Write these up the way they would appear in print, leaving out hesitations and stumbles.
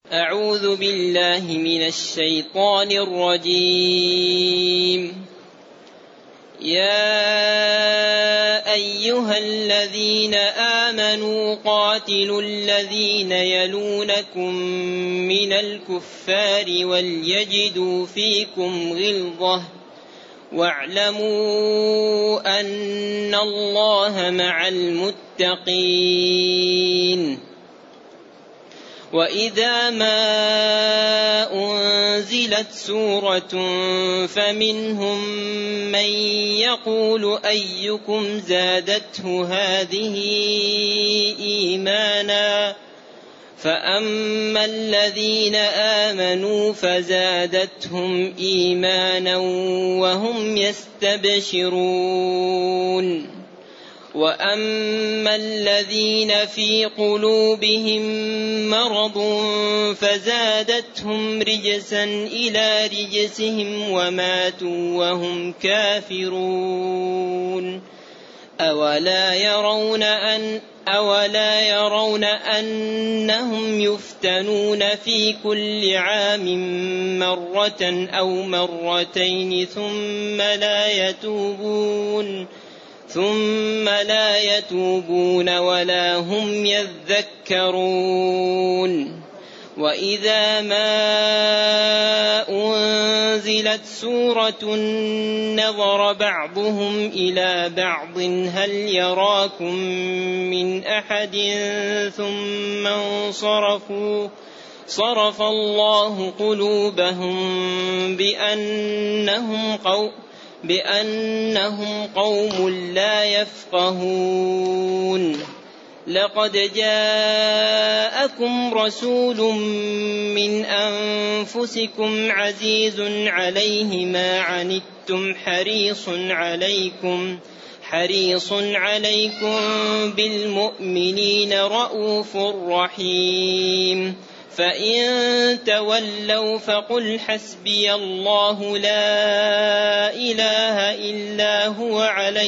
أعوذ بالله من الشيطان الرجيم. يا أيها الذين آمنوا قاتلوا الذين يلونكم من الكفار وليجدوا فيكم غلظة واعلموا أن الله مع المتقين. وإذا ما أنزلت سورة فمنهم من يقول أيكم زادته هذه إيمانا فأما الذين آمنوا فزادتهم إيمانا وهم يستبشرون. وأما الذين في قلوبهم مرض فزادتهم رجسا إلى رجسهم وماتوا وهم كافرون. أولا يرون أنهم يفتنون في كل عام مرة أو مرتين ثم لا يتوبون ولا هم يذكرون. وإذا ما أنزلت سورة نظر بعضهم إلى بعض هل يراكم من أحد ثم انصرفوا صرف الله قلوبهم بأنهم قوم لا يفقهون. لقد جاءكم رسول من أنفسكم عزيز عليه ما عنتم حريص عليكم بالمؤمنين رءوف رحيم. فإن تولوا فقل حسبي الله لا إله إلا هو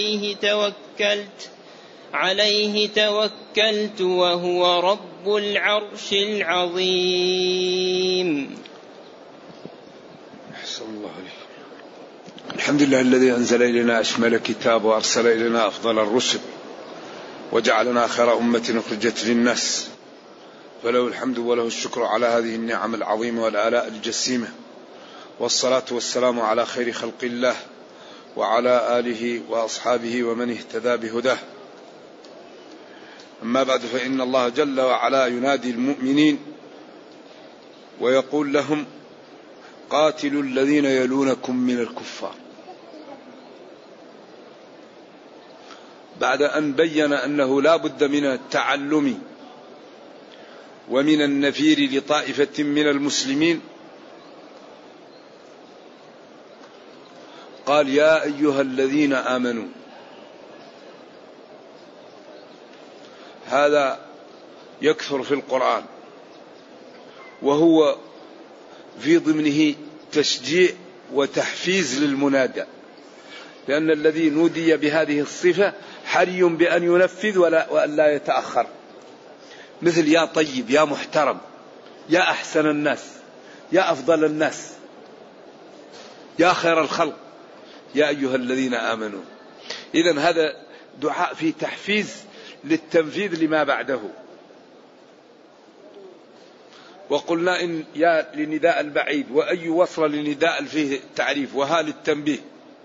عليه توكلت وهو رب العرش العظيم. أحسن الله عليك. الحمد لله الذي أنزل إلينا أشمل كتاب وأرسل إلينا أفضل الرسل وجعلنا خير أمة أخرجت للناس، فله الحمد وله الشكر على هذه النعم العظيمة والآلاء الجسيمة، والصلاة والسلام على خير خلق الله وعلى آله وأصحابه ومن اهتدى بهداه. أما بعد، فإن الله جل وعلا ينادي المؤمنين ويقول لهم: قاتلوا الذين يلونكم من الكفار، بعد أن بين أنه لا بد من التعلم ومن النفير لطائفة من المسلمين. قال: يا أيها الذين آمنوا. هذا يكثر في القرآن، وهو في ضمنه تشجيع وتحفيز للمنادى، لأن الذي نودي بهذه الصفة حري بأن ينفذ وأن لا يتأخر، مثل يا طيب، يا محترم، يا أحسن الناس، يا أفضل الناس، يا خير الخلق، يا أيها الذين آمنوا. إذن هذا دعاء فيه تحفيز للتنفيذ لما بعده. وقلنا إن يا لنداء البعيد وأي وصل لنداء فيه التعريف وها للتنبيه.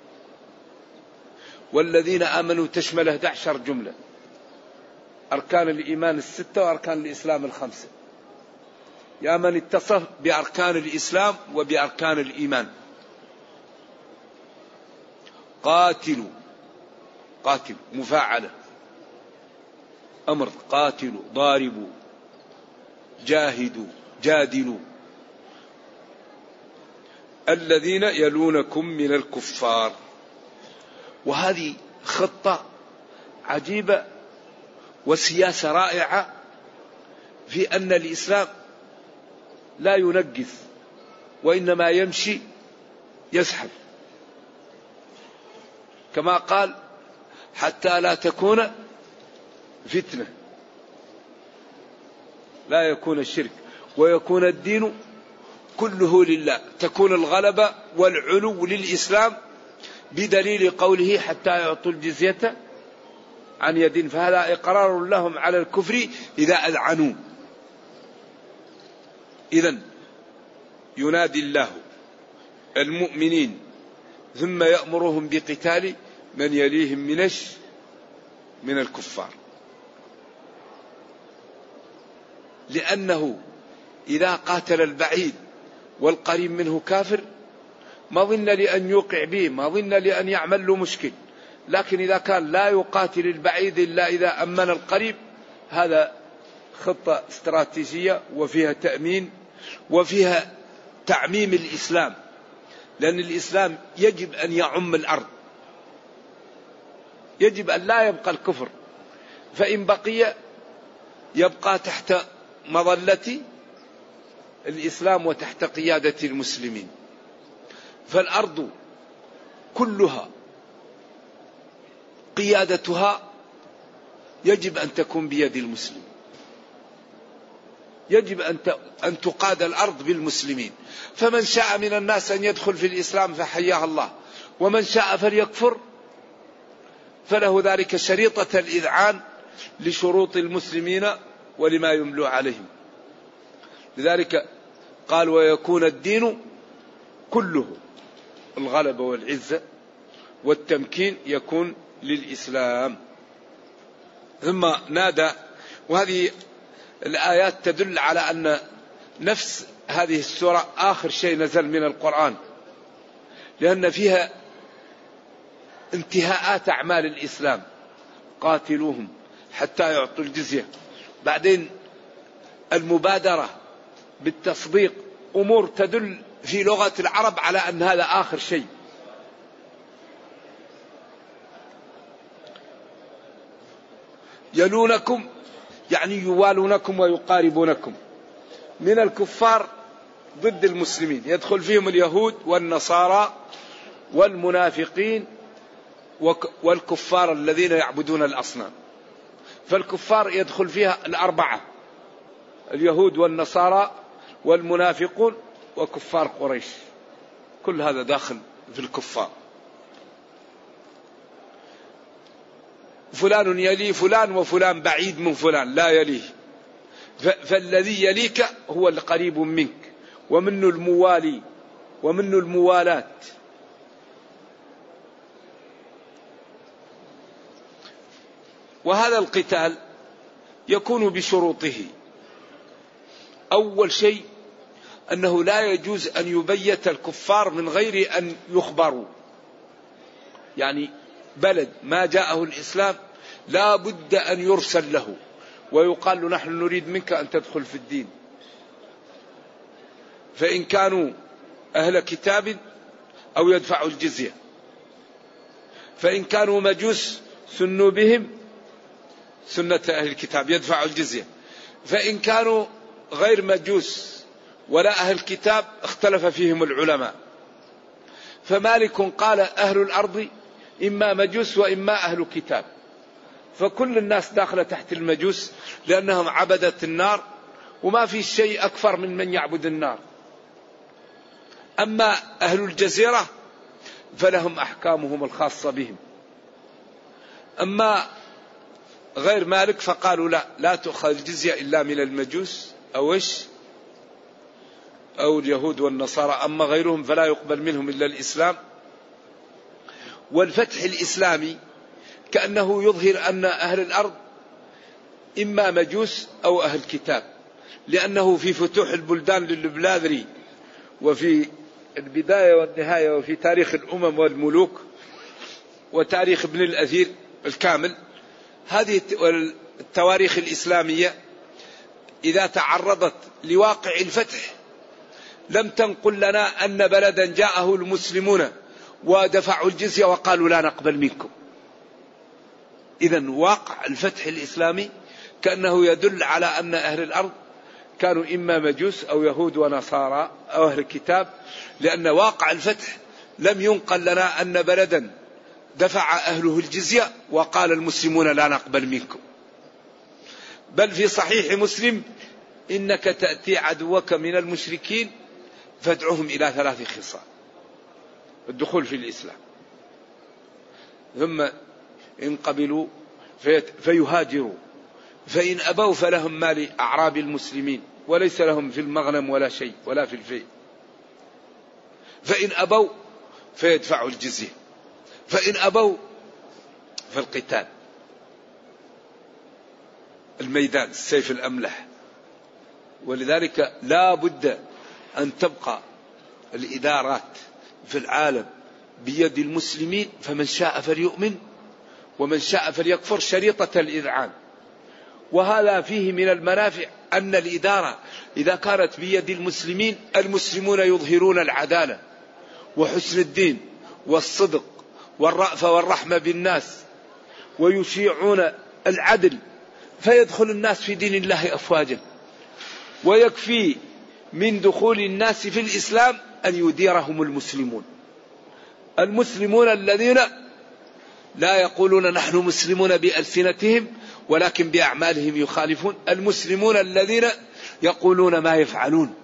والذين آمنوا تشمل 11 جملة: أركان الإيمان 6 وأركان الإسلام 5. يا من اتصف بأركان الإسلام وبأركان الإيمان. قاتلوا مفاعلة، أمر، قاتلوا، ضاربوا، جاهدوا، جادلوا الذين يلونكم من الكفار. وهذه خطة عجيبة وسياسة رائعة في أن الإسلام لا ينقذ وإنما يمشي يزحف، كما قال: حتى لا تكون فتنة، لا يكون الشرك. ويكون الدين كله لله، تكون الغلبة والعلو للإسلام بدليل قوله حتى يعطوا الجزية عن يد، فهذا إقرار لهم على الكفر إذا أذعنوا. إذن ينادي الله المؤمنين ثم يأمرهم بقتال من يليهم من الكفار، لأنه إذا قاتل البعيد والقريب منه كافر ما ظن لأن يوقع به، ما ظن لأن يعمل له مشكل، لكن إذا كان لا يقاتل البعيد إلا إذا أمن القريب، هذا خطة استراتيجية وفيها تأمين وفيها تعميم الإسلام، لأن الإسلام يجب أن يعم الأرض، يجب أن لا يبقى الكفر، فإن بقي يبقى تحت مظلة الإسلام وتحت قيادة المسلمين. فالأرض كلها قيادتها يجب أن تكون بيد المسلم، يجب أن تقاد الأرض بالمسلمين، فمن شاء من الناس أن يدخل في الإسلام فحياه الله، ومن شاء فليكفر، فله ذلك شريطة الإذعان لشروط المسلمين ولما يملو عليهم. لذلك قال ويكون الدين كله، الغلبة والعزة والتمكين يكون للإسلام. ثم نادى، وهذه الآيات تدل على أن نفس هذه السورة آخر شيء نزل من القرآن، لأن فيها انتهاءات أعمال الإسلام، قاتلوهم حتى يعطوا الجزية، بعدين المبادرة بالتصديق، أمور تدل في لغة العرب على أن هذا آخر شيء. يلونكم يعني يوالونكم ويقاربونكم من الكفار ضد المسلمين، يدخل فيهم اليهود والنصارى والمنافقين والكفار الذين يعبدون الأصنام. فالكفار يدخل فيها الأربعة، اليهود والنصارى والمنافقون وكفار قريش، كل هذا داخل في الكفار. فلان يلي فلان وفلان بعيد من فلان لا يليه، فالذي يليك هو القريب منك، ومنه الموالي ومنه الموالاة. وهذا القتال يكون بشروطه. أول شيء أنه لا يجوز أن يبيت الكفار من غير أن يخبروا، يعني بلد ما جاءه الإسلام لا بد أن يرسل له ويقال له نحن نريد منك أن تدخل في الدين، فإن كانوا أهل كتاب أو يدفعوا الجزية، فإن كانوا مجوس سنوا بهم سنة أهل الكتاب يدفعوا الجزية، فإن كانوا غير مجوس ولا أهل كتاب اختلف فيهم العلماء. فمالك قال أهل الأرض إما مجوس وإما أهل كتاب، فكل الناس داخلة تحت المجوس لأنهم عبدة النار، وما في شيء أكثر من يعبد النار. أما أهل الجزيرة فلهم أحكامهم الخاصة بهم. أما غير مالك فقالوا لا تؤخذ الجزية إلا من المجوس أو اليهود والنصارى، أما غيرهم فلا يقبل منهم إلا الإسلام. والفتح الإسلامي كأنه يظهر أن أهل الأرض إما مجوس أو أهل كتاب، لأنه في فتوح البلدان للبلاذري وفي البداية والنهاية وفي تاريخ الأمم والملوك وتاريخ ابن الأثير الكامل، هذه التواريخ الإسلامية إذا تعرضت لواقع الفتح لم تنقل لنا أن بلدا جاءه المسلمون ودفعوا الجزية وقالوا لا نقبل منكم. إذن واقع الفتح الإسلامي كأنه يدل على أن أهل الأرض كانوا إما مجوس أو يهود ونصارى أو أهل الكتاب، لأن واقع الفتح لم ينقل لنا أن بلدا دفع أهله الجزية وقال المسلمون لا نقبل منكم. بل في صحيح مسلم إنك تأتي عدوك من المشركين فادعهم إلى 3 خصال: الدخول في الإسلام، ثم إن قبلوا فيهاجروا، فإن أبوا فلهم ما لأعراب المسلمين وليس لهم في المغنم ولا شيء ولا في الفيء، فإن أبوا فيدفعوا الجزية، فإن أبوا فالقتال، الميدان، السيف الأملح. ولذلك لا بد أن تبقى الإدارات في العالم بيد المسلمين، فمن شاء فليؤمن ومن شاء فليكفر، شريطة الإذعان. وهذا فيه من المنافع أن الإدارة إذا كانت بيد المسلمين، المسلمون يظهرون العدالة وحسن الدين والصدق والرأفة والرحمة بالناس، ويشيعون العدل، فيدخل الناس في دين الله أفواجا. ويكفي من دخول الناس في الإسلام أن يديرهم المسلمون، المسلمون الذين لا يقولون نحن مسلمون بألسنتهم ولكن بأعمالهم يخالفون، المسلمون الذين يقولون ما يفعلون،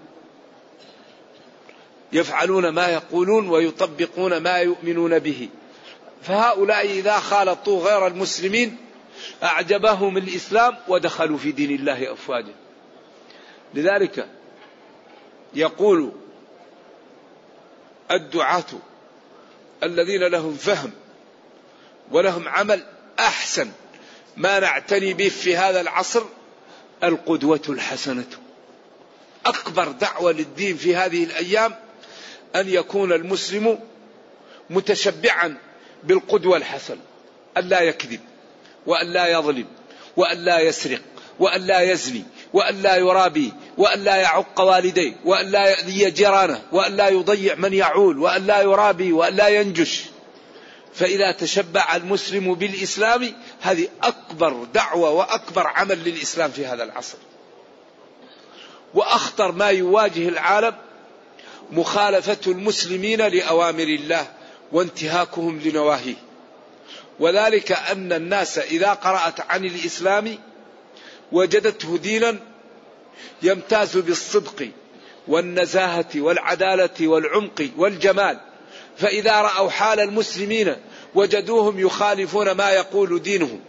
يفعلون ما يقولون ويطبقون ما يؤمنون به. فهؤلاء إذا خالطوا غير المسلمين أعجبهم الإسلام ودخلوا في دين الله أفواجا. لذلك يقول الدعاة الذين لهم فهم ولهم عمل: أحسن ما نعتني به في هذا العصر القدوة الحسنة. أكبر دعوة للدين في هذه الأيام أن يكون المسلم متشبعا بالقدوة الحسنة، أن لا يكذب وأن لا يظلم وأن لا يسرق وأن لا يزني وأن لا يرابي وأن لا يعق والديه وأن لا يأذي جيرانه وأن لا يضيع من يعول وأن لا يرابي وأن لا ينجش. فإذا تشبع المسلم بالإسلام هذه أكبر دعوة وأكبر عمل للإسلام في هذا العصر. وأخطر ما يواجه العالم مخالفة المسلمين لأوامر الله وانتهاكهم لنواهيه. وذلك أن الناس إذا قرأت عن الإسلام وجدته دينا يمتاز بالصدق والنزاهة والعدالة والعمق والجمال، فإذا رأوا حال المسلمين وجدوهم يخالفون ما يقول دينهم،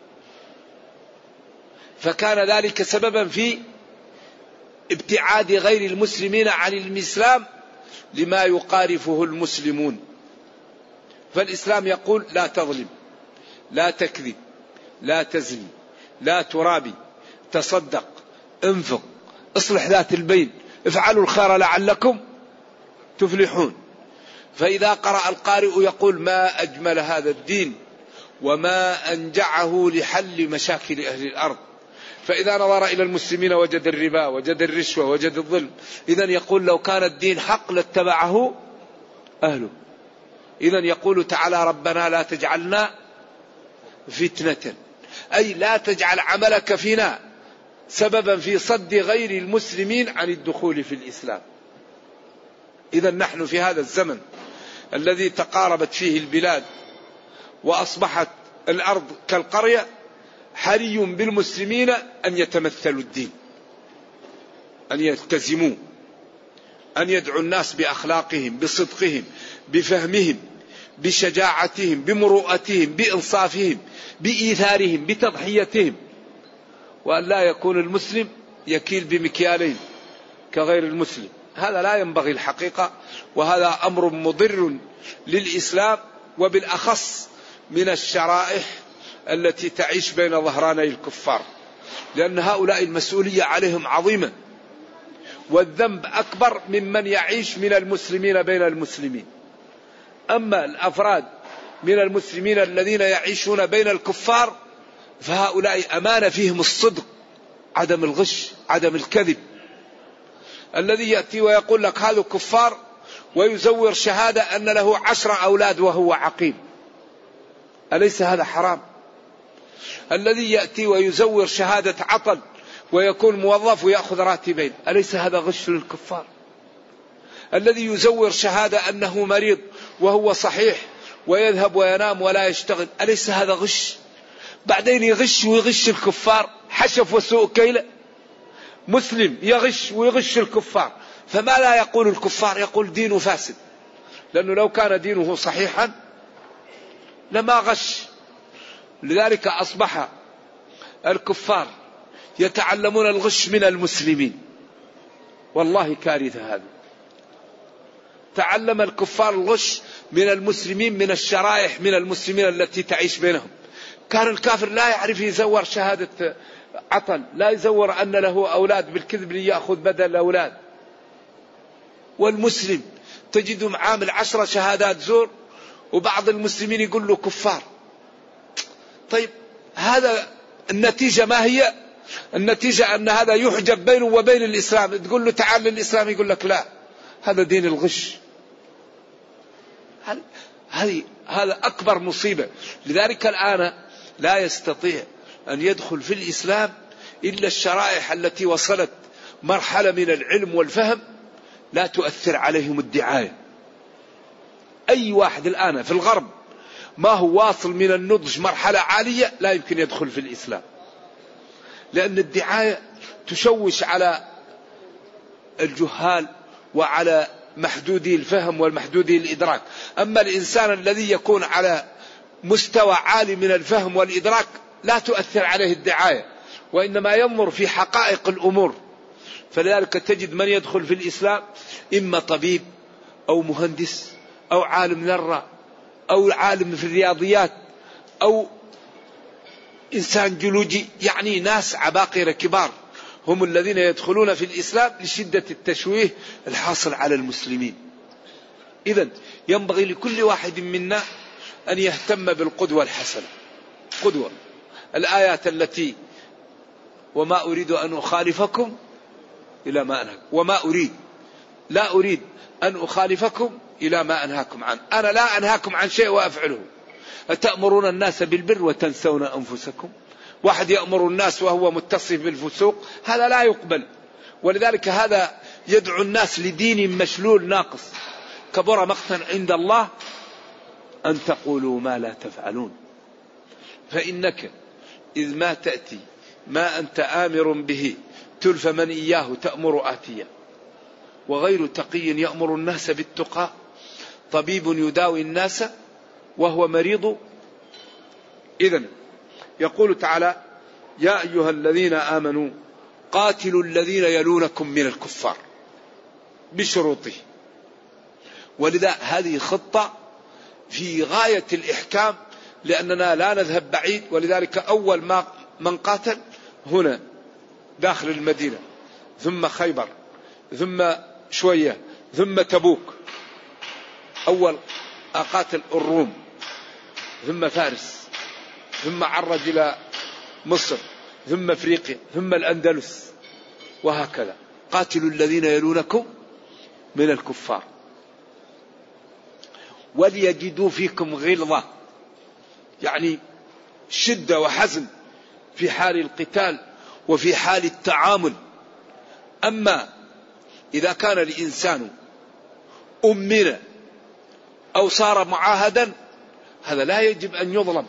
فكان ذلك سببا في ابتعاد غير المسلمين عن الإسلام لما يقارفه المسلمون. فالإسلام يقول: لا تظلم، لا تكذب، لا تزني، لا ترابي، تصدق، انفق، اصلح ذات البين، افعلوا الخير لعلكم تفلحون. فإذا قرأ القارئ يقول: ما أجمل هذا الدين وما أنجعه لحل مشاكل أهل الأرض. فإذا نظر إلى المسلمين وجد الربا، وجد الرشوة، وجد الظلم. إذن يقول: لو كان الدين حق لاتبعه أهله. إذن يقول تعالى: ربنا لا تجعلنا فتنة، أي لا تجعل عملك فينا سببا في صد غير المسلمين عن الدخول في الإسلام. إذن نحن في هذا الزمن الذي تقاربت فيه البلاد وأصبحت الأرض كالقرية، حري بالمسلمين أن يتمثلوا الدين، أن يلتزموا، أن يدعوا الناس بأخلاقهم، بصدقهم، بفهمهم، بشجاعتهم، بمروءتهم، بإنصافهم، بإيثارهم، بتضحيتهم، وأن لا يكون المسلم يكيل بمكيالين كغير المسلم. هذا لا ينبغي الحقيقة، وهذا أمر مضر للإسلام، وبالأخص من الشرائح التي تعيش بين ظهراني الكفار، لأن هؤلاء المسؤولية عليهم عظيمة، والذنب أكبر ممن يعيش من المسلمين بين المسلمين. أما الأفراد من المسلمين الذين يعيشون بين الكفار فهؤلاء أمانة فيهم الصدق، عدم الغش، عدم الكذب. الذي يأتي ويقول لك هذا كفار ويزور شهادة أن له 10 أولاد وهو عقيم، أليس هذا حرام؟ الذي يأتي ويزور شهادة عطل ويكون موظف ويأخذ راتبين، أليس هذا غش للكفار؟ الذي يزور شهادة أنه مريض وهو صحيح ويذهب وينام ولا يشتغل، أليس هذا غش؟ بعدين يغش ويغش الكفار، حشف وسوء كيله. مسلم يغش ويغش الكفار، فما لا يقول الكفار؟ يقول دينه فاسد، لأنه لو كان دينه صحيحا لما غش. لذلك أصبح الكفار يتعلمون الغش من المسلمين، والله كارثة هذه. تعلم الكفار الغش من المسلمين، من الشرائح من المسلمين التي تعيش بينهم. كان الكافر لا يعرف يزور شهادة عطل، لا يزور أن له أولاد بالكذب ليأخذ بدل الأولاد. والمسلم تجده عامل 10 شهادات زور، وبعض المسلمين يقول له كفار. طيب هذا النتيجة ما هي؟ النتيجة أن هذا يحجب بينه وبين الإسلام. تقول له تعال للإسلام يقول لك لا، هذا دين الغش. هذا أكبر مصيبة. لذلك الآن لا يستطيع أن يدخل في الإسلام إلا الشرائح التي وصلت مرحلة من العلم والفهم لا تؤثر عليهم الدعاية. أي واحد الآن في الغرب ما هو واصل من النضج مرحلة عالية لا يمكن يدخل في الإسلام، لأن الدعاية تشوش على الجهال وعلى محدودي الفهم والمحدودي الإدراك. أما الإنسان الذي يكون على مستوى عالي من الفهم والإدراك لا تؤثر عليه الدعاية، وإنما ينظر في حقائق الأمور. فلذلك تجد من يدخل في الإسلام إما طبيب أو مهندس أو عالم ذرة أو عالم في الرياضيات أو إنسان جيولوجي، يعني ناس عباقرة كبار هم الذين يدخلون في الإسلام لشدة التشويه الحاصل على المسلمين. إذن ينبغي لكل واحد منا أن يهتم بالقدوة الحسنة. قدوة الآيات التي وما أريد أن أخالفكم إلى ما أنهاكم، وما أريد لا أريد أن أخالفكم إلى ما أنهاكم عنه. أنا لا أنهاكم عن شيء وأفعله. أتأمرون الناس بالبر وتنسون أنفسكم. واحد يأمر الناس وهو متصف بالفسوق، هذا لا يقبل. ولذلك هذا يدعو الناس لدين مشلول ناقص. كبر مقتا عند الله أن تقولوا ما لا تفعلون. فإنك إذ ما تأتي ما أنت آمر به تلف من إياه تأمر آتيا، وغير تقي يأمر الناس بالتقى، طبيب يداوي الناس وهو مريض. إذن يقول تعالى يا أيها الذين آمنوا قاتلوا الذين يلونكم من الكفار بشروطه. ولذا هذه خطة في غاية الإحكام، لأننا لا نذهب بعيد. ولذلك أول ما من قاتل هنا داخل المدينة، ثم خيبر، ثم شوية، ثم تبوك. أول أقاتل الروم، ثم فارس، ثم عرج إلى مصر، ثم أفريقيا، ثم الأندلس، وهكذا. قاتلوا الذين يلونكم من الكفار وليجدوا فيكم غلظة، يعني شدة وحزم في حال القتال وفي حال التعامل. أما إذا كان الإنسان أمنا أو صار معاهدا هذا لا يجب أن يظلم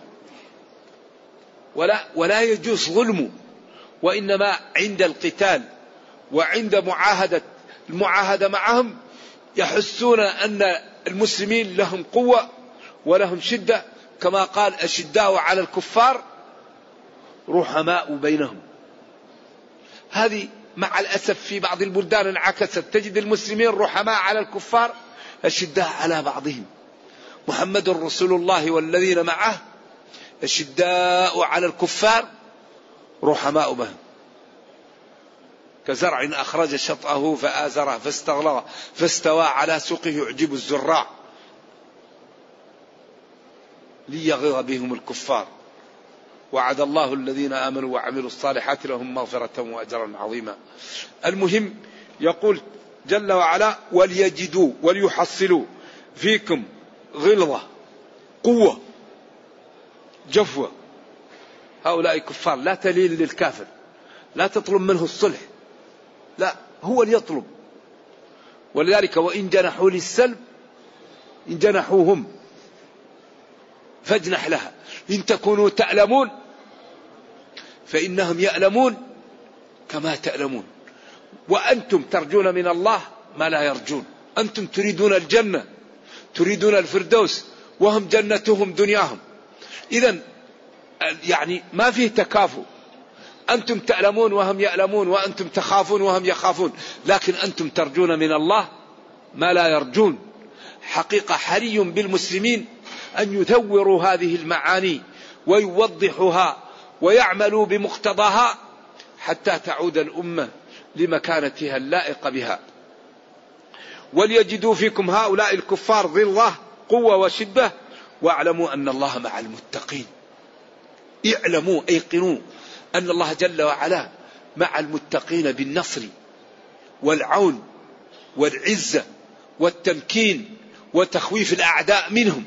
ولا يجوز ظلمه، وإنما عند القتال وعند المعاهدة معهم يحسون أن المسلمين لهم قوة ولهم شدة، كما قال أشداء على الكفار رحماء بينهم. هذه مع الأسف في بعض البلدان انعكست، تجد المسلمين رحماء على الكفار أشداء على بعضهم. محمد رسول الله والذين معه أشداء على الكفار رحماء بهم، كزرع أخرج شطأه فآزره فاستغلظ فاستوى على سوقه يعجب الزراع ليغيظ بهم الكفار. وعد الله الذين آمنوا وعملوا الصالحات لهم مغفرة وأجرا عظيما. المهم يقول جل وعلا وليجدوا وليحصلوا فيكم غلظة، قوة، جفوة. هؤلاء كفار، لا تلين للكافر، لا تطلب منه الصلح، لا هو اللي يطلب. ولذلك وإن جنحوا للسلم إن جنحوا هم فاجنح لها إن تكونوا تألمون فإنهم يألمون كما تألمون. وأنتم ترجون من الله ما لا يرجون. أنتم تريدون الجنة، تريدون الفردوس، وهم جنتهم دنياهم. إذن يعني ما فيه تكافؤ. أنتم تألمون وهم يألمون، وأنتم تخافون وهم يخافون، لكن أنتم ترجون من الله ما لا يرجون. حقيقة حري بالمسلمين أن يثوروا هذه المعاني ويوضحوها ويعملوا بمقتضاها حتى تعود الأمة لمكانتها اللائقة بها. وليجدوا فيكم هؤلاء الكفار غلظة قوة وشدة واعلموا أن الله مع المتقين. اعلموا أيقنوا أن الله جل وعلا مع المتقين بالنصر والعون والعزة والتمكين وتخويف الأعداء منهم.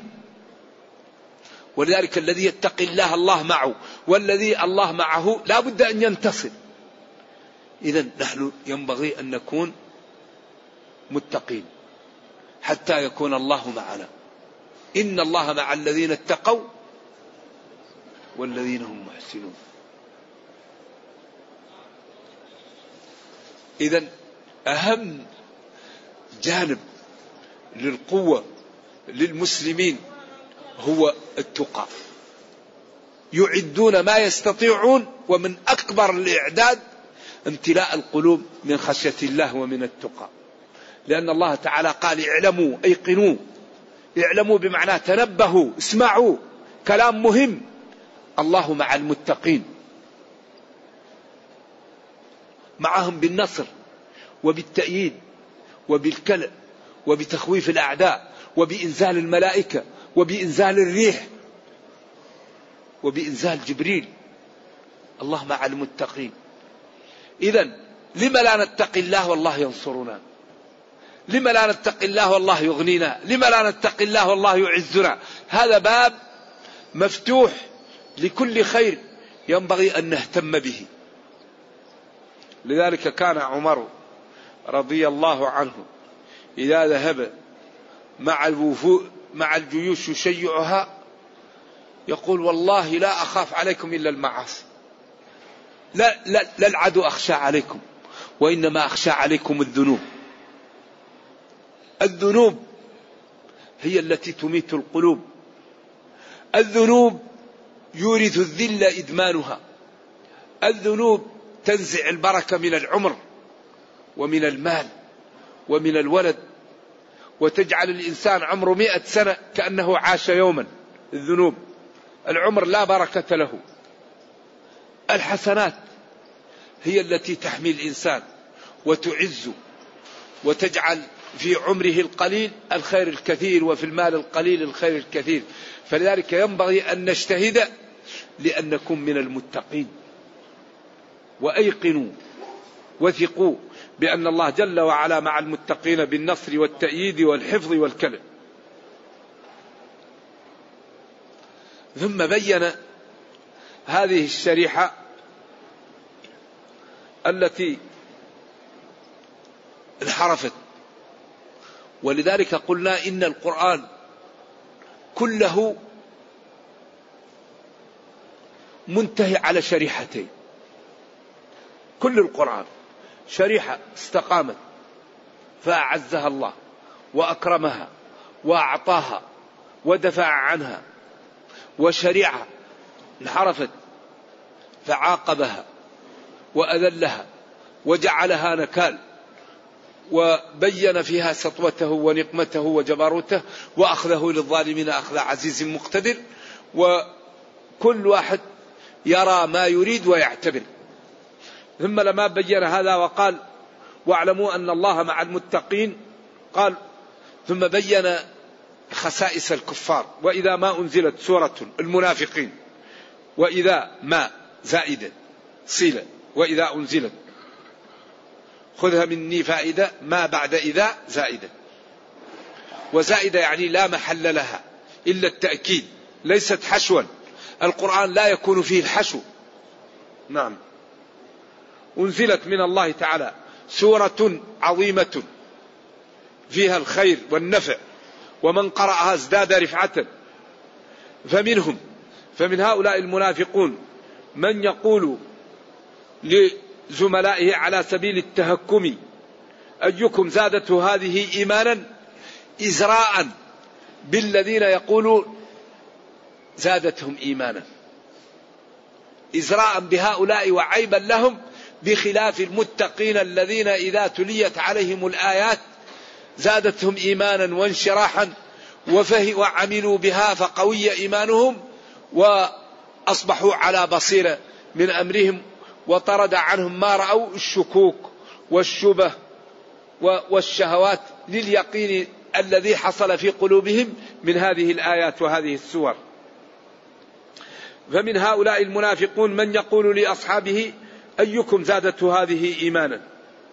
ولذلك الذي يتقي الله الله معه، والذي الله معه لا بد أن ينتصر. إذن نحن ينبغي أن نكون متقين حتى يكون الله معنا. إن الله مع الذين اتقوا والذين هم محسنون. إذن أهم جانب للقوة للمسلمين هو التقى. يعدون ما يستطيعون، ومن أكبر الإعداد امتلاء القلوب من خشية الله ومن التقى. لأن الله تعالى قال اعلموا أيقنوا. اعلموا بمعنى تنبهوا، اسمعوا، كلام مهم. الله مع المتقين، معهم بالنصر وبالتأييد وبالكلأ وبتخويف الأعداء وبإنزال الملائكة وبإنزال الريح وبإنزال جبريل. الله مع المتقين. إذن لما لا نتقي الله والله ينصرنا؟ لما لا نتقي الله والله يغنينا؟ لما لا نتقي الله والله يعزنا؟ هذا باب مفتوح لكل خير ينبغي أن نهتم به. لذلك كان عمر رضي الله عنه إذا ذهب مع الجيوش يشيعها يقول والله لا أخاف عليكم إلا المعاصي. لا العدو أخشى عليكم، وإنما أخشى عليكم الذنوب. الذنوب هي التي تميت القلوب. الذنوب يورث الذل إدمانها. الذنوب تنزع البركة من العمر ومن المال ومن الولد، وتجعل الإنسان عمره 100 سنة كأنه عاش يوما. الذنوب العمر لا بركة له. الحسنات هي التي تحمي الإنسان وتعزه وتجعل في عمره القليل الخير الكثير، وفي المال القليل الخير الكثير. فلذلك ينبغي أن نجتهد لأن نكون من المتقين. وأيقنوا وثقوا بأن الله جل وعلا مع المتقين بالنصر والتأييد والحفظ والكلم. ثم بين هذه الشريحة التي انحرفت. ولذلك قلنا إن القرآن كله منتهي على شريحتين. كل القرآن شريحة استقامت فأعزها الله وأكرمها وأعطاها ودفع عنها، وشريعة انحرفت فعاقبها وأذلها وجعلها نكال وبين فيها سطوته ونقمته وجبروته وأخذه للظالمين أخذ عزيز مقتدر. وكل واحد يرى ما يريد ويعتبر. ثم لما بين هذا وقال واعلموا أن الله مع المتقين، قال ثم بين خسائس الكفار. وإذا ما أنزلت سورة المنافقين، وإذا ما زائدة صلة، وإذا أنزلت خذها مني فائدة، ما بعد إذا زائدة. وزائدة يعني لا محل لها إلا التأكيد، ليست حشوا. القرآن لا يكون فيه الحشو. نعم. أنزلت من الله تعالى سورة عظيمة فيها الخير والنفع، ومن قرأها ازداد رفعة. فمن هؤلاء المنافقون من يقول زملائه على سبيل التهكم: أيكم زادته هذه إيمانا، إزراء بالذين يقولون زادتهم إيمانا، إزراء بهؤلاء وعيبا لهم، بخلاف المتقين الذين إذا تليت عليهم الآيات زادتهم إيمانا وانشراحا وعملوا بها فقوي إيمانهم وأصبحوا على بصيرة من أمرهم، وطرد عنهم ما رأوا الشكوك والشبه والشهوات لليقين الذي حصل في قلوبهم من هذه الآيات وهذه السور. فمن هؤلاء المنافقون من يقول لأصحابه: أيكم زادته هذه إيمانا.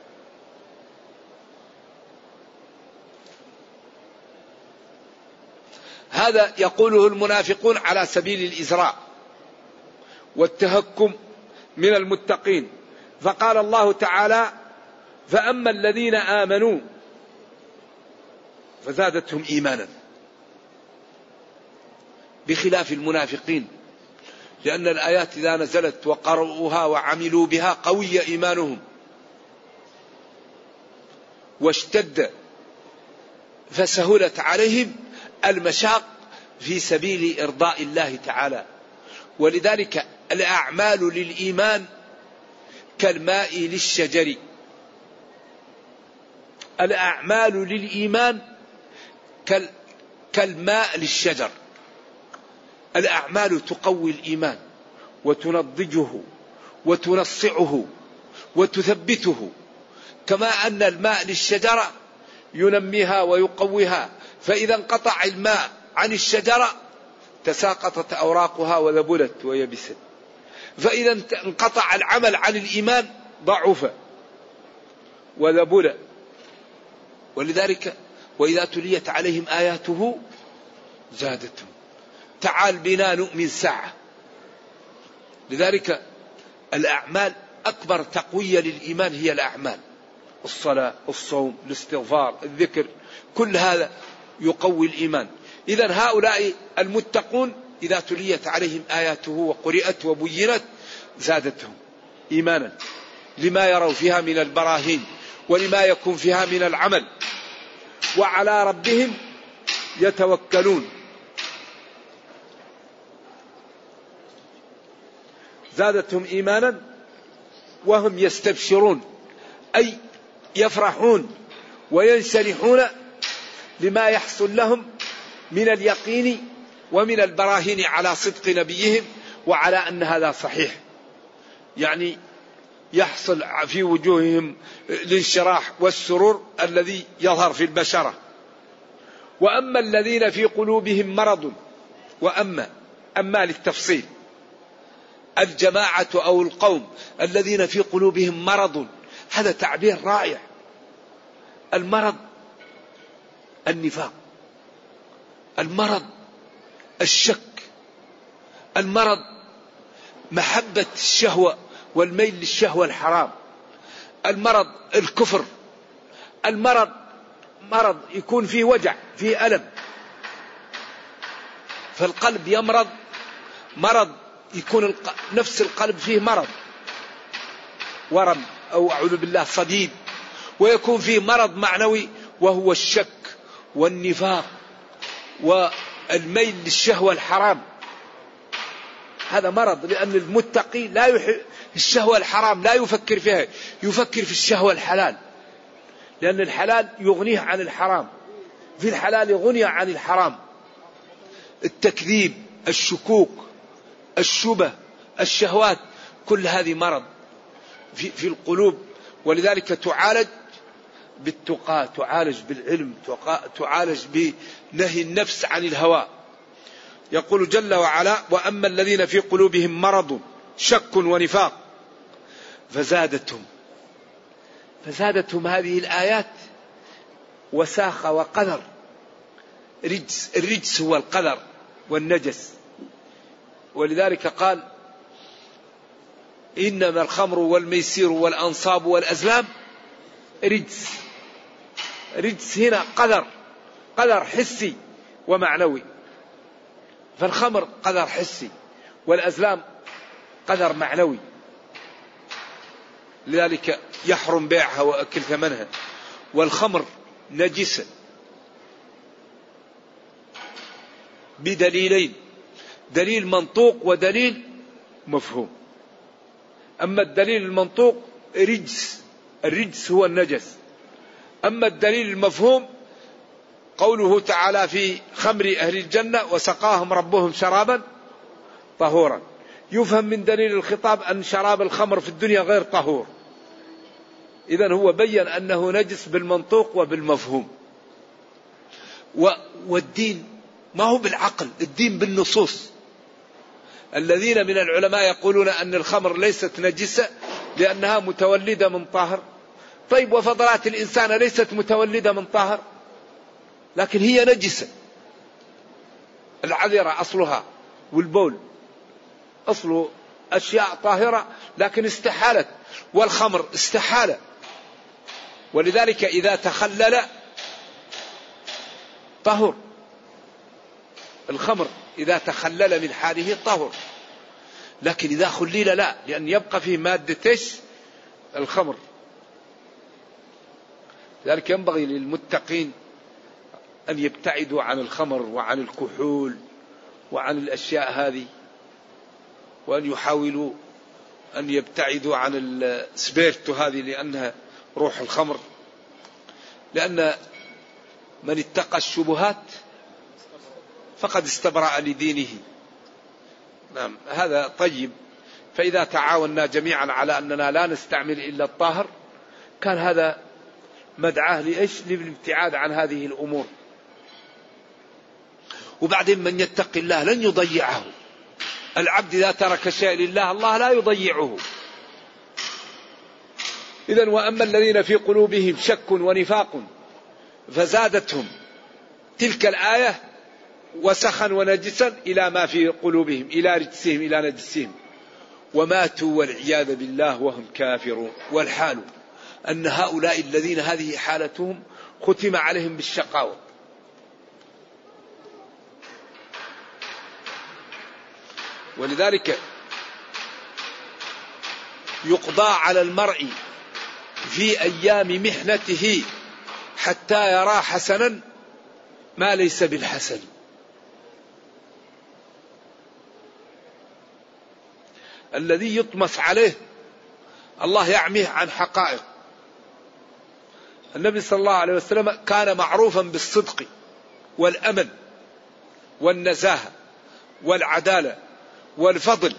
هذا يقوله المنافقون على سبيل الإزراء والتهكم من المتقين. فقال الله تعالى: فأما الذين آمنوا فزادتهم إيمانا، بخلاف المنافقين، لأن الآيات إذا نزلت وقرؤوها وعملوا بها قوي إيمانهم واشتد، فسهلت عليهم المشاق في سبيل إرضاء الله تعالى. ولذلك الأعمال للإيمان كالماء للشجر، الأعمال للإيمان كالماء للشجر. الأعمال تقوي الإيمان وتنضجه وتنصعه وتثبته، كما أن الماء للشجرة ينميها ويقويها، فإذا انقطع الماء عن الشجرة تساقطت أوراقها وذبلت ويبست، فإذا انقطع العمل عن الإيمان ضعف وذبل. ولذلك وإذا تليت عليهم آياته زادتهم. تعال بنا نؤمن ساعة. لذلك الأعمال أكبر تقوية للإيمان هي الأعمال، الصلاة، الصوم، الاستغفار، الذكر، كل هذا يقوي الإيمان. إذن هؤلاء المتقون إذا تليت عليهم آياته وقرئت وبينت زادتهم إيمانا، لما يروا فيها من البراهين ولما يكون فيها من العمل، وعلى ربهم يتوكلون. زادتهم إيمانا وهم يستبشرون، أي يفرحون وينشرحون لما يحصل لهم من اليقين ومن البراهين على صدق نبيهم وعلى أن هذا صحيح. يعني يحصل في وجوههم الانشراح والسرور الذي يظهر في البشرة. وأما الذين في قلوبهم مرض، أما للتفصيل، الجماعة أو القوم الذين في قلوبهم مرض، هذا تعبير رائع. المرض النفاق، المرض الشك، المرض محبة الشهوة والميل للشهوة الحرام، المرض الكفر، المرض مرض يكون فيه وجع، فيه ألم، فالقلب يمرض، مرض يكون نفس القلب فيه مرض، ورم أو أعوذ بالله صديد، ويكون فيه مرض معنوي وهو الشك والنفاق والميل للشهوة الحرام. هذا مرض، لأن المتقي لا يحب الشهوة الحرام، لا يفكر فيها، يفكر في الشهوة الحلال، لأن الحلال يغنيه عن الحرام، في الحلال يغني عن الحرام. التكذيب، الشكوك، الشبه، الشهوات، كل هذه مرض في القلوب. ولذلك تعالج بالتقى، تعالج بالعلم، تعالج بنهي النفس عن الهوى. يقول جل وعلا: وأما الذين في قلوبهم مرض شك ونفاق فزادتهم هذه الآيات وساخ وقذر. الرجس هو القذر والنجس. ولذلك قال: إنما الخمر والميسير والأنصاب والأزلام رجس. رجس هنا قذر حسي ومعنوي، فالخمر قذر حسي والأزلام قذر معنوي. لذلك يحرم بيعها وأكل ثمنها. والخمر نجسة بدليلين: دليل منطوق ودليل مفهوم. أما الدليل المنطوق رجس، الرجس هو النجس. أما الدليل المفهوم قوله تعالى في خمر أهل الجنة وسقاهم ربهم شرابا طهورا. يفهم من دليل الخطاب أن شراب الخمر في الدنيا غير طهور. إذن هو بيّن أنه نجس بالمنطوق وبالمفهوم. والدين ما هو بالعقل، الدين بالنصوص. الذين من العلماء يقولون أن الخمر ليست نجسة لأنها متولدة من طاهر. طيب وفضلات الإنسان ليست متولدة من طاهر، لكن هي نجسة. العذرة أصلها والبول أصله أشياء طاهرة لكن استحالت، والخمر استحالة. ولذلك إذا تخلل طهر، الخمر إذا تخلل من حاله طهر، لكن إذا خلل لا، لأن يبقى فيه مادة الخمر. لذلك ينبغي للمتقين أن يبتعدوا عن الخمر وعن الكحول وعن الأشياء هذه، وأن يحاولوا أن يبتعدوا عن السبيرتو هذه لأنها روح الخمر، لأن من اتقى الشبهات فقد استبرأ لدينه. نعم هذا طيب. فإذا تعاوننا جميعا على أننا لا نستعمل إلا الطاهر كان هذا مدعاه لإيش؟ للابتعاد عن هذه الأمور. وبعدين من يتقي الله لن يضيعه. العبد إذا ترك شيء لله الله لا يضيعه. إذن وأما الذين في قلوبهم شك ونفاق فزادتهم تلك الآية وسخا ونجسا إلى ما في قلوبهم، إلى رجسهم، إلى نجسهم، وماتوا والعياذ بالله وهم كافرون. والحال أن هؤلاء الذين هذه حالتهم ختم عليهم بالشقاوة. ولذلك يقضى على المرء في أيام محنته حتى يرى حسنا ما ليس بالحسن. الذي يطمس عليه الله يعميه عن حقائق. النبي صلى الله عليه وسلم كان معروفا بالصدق والأمن والنزاهة والعدالة والفضل،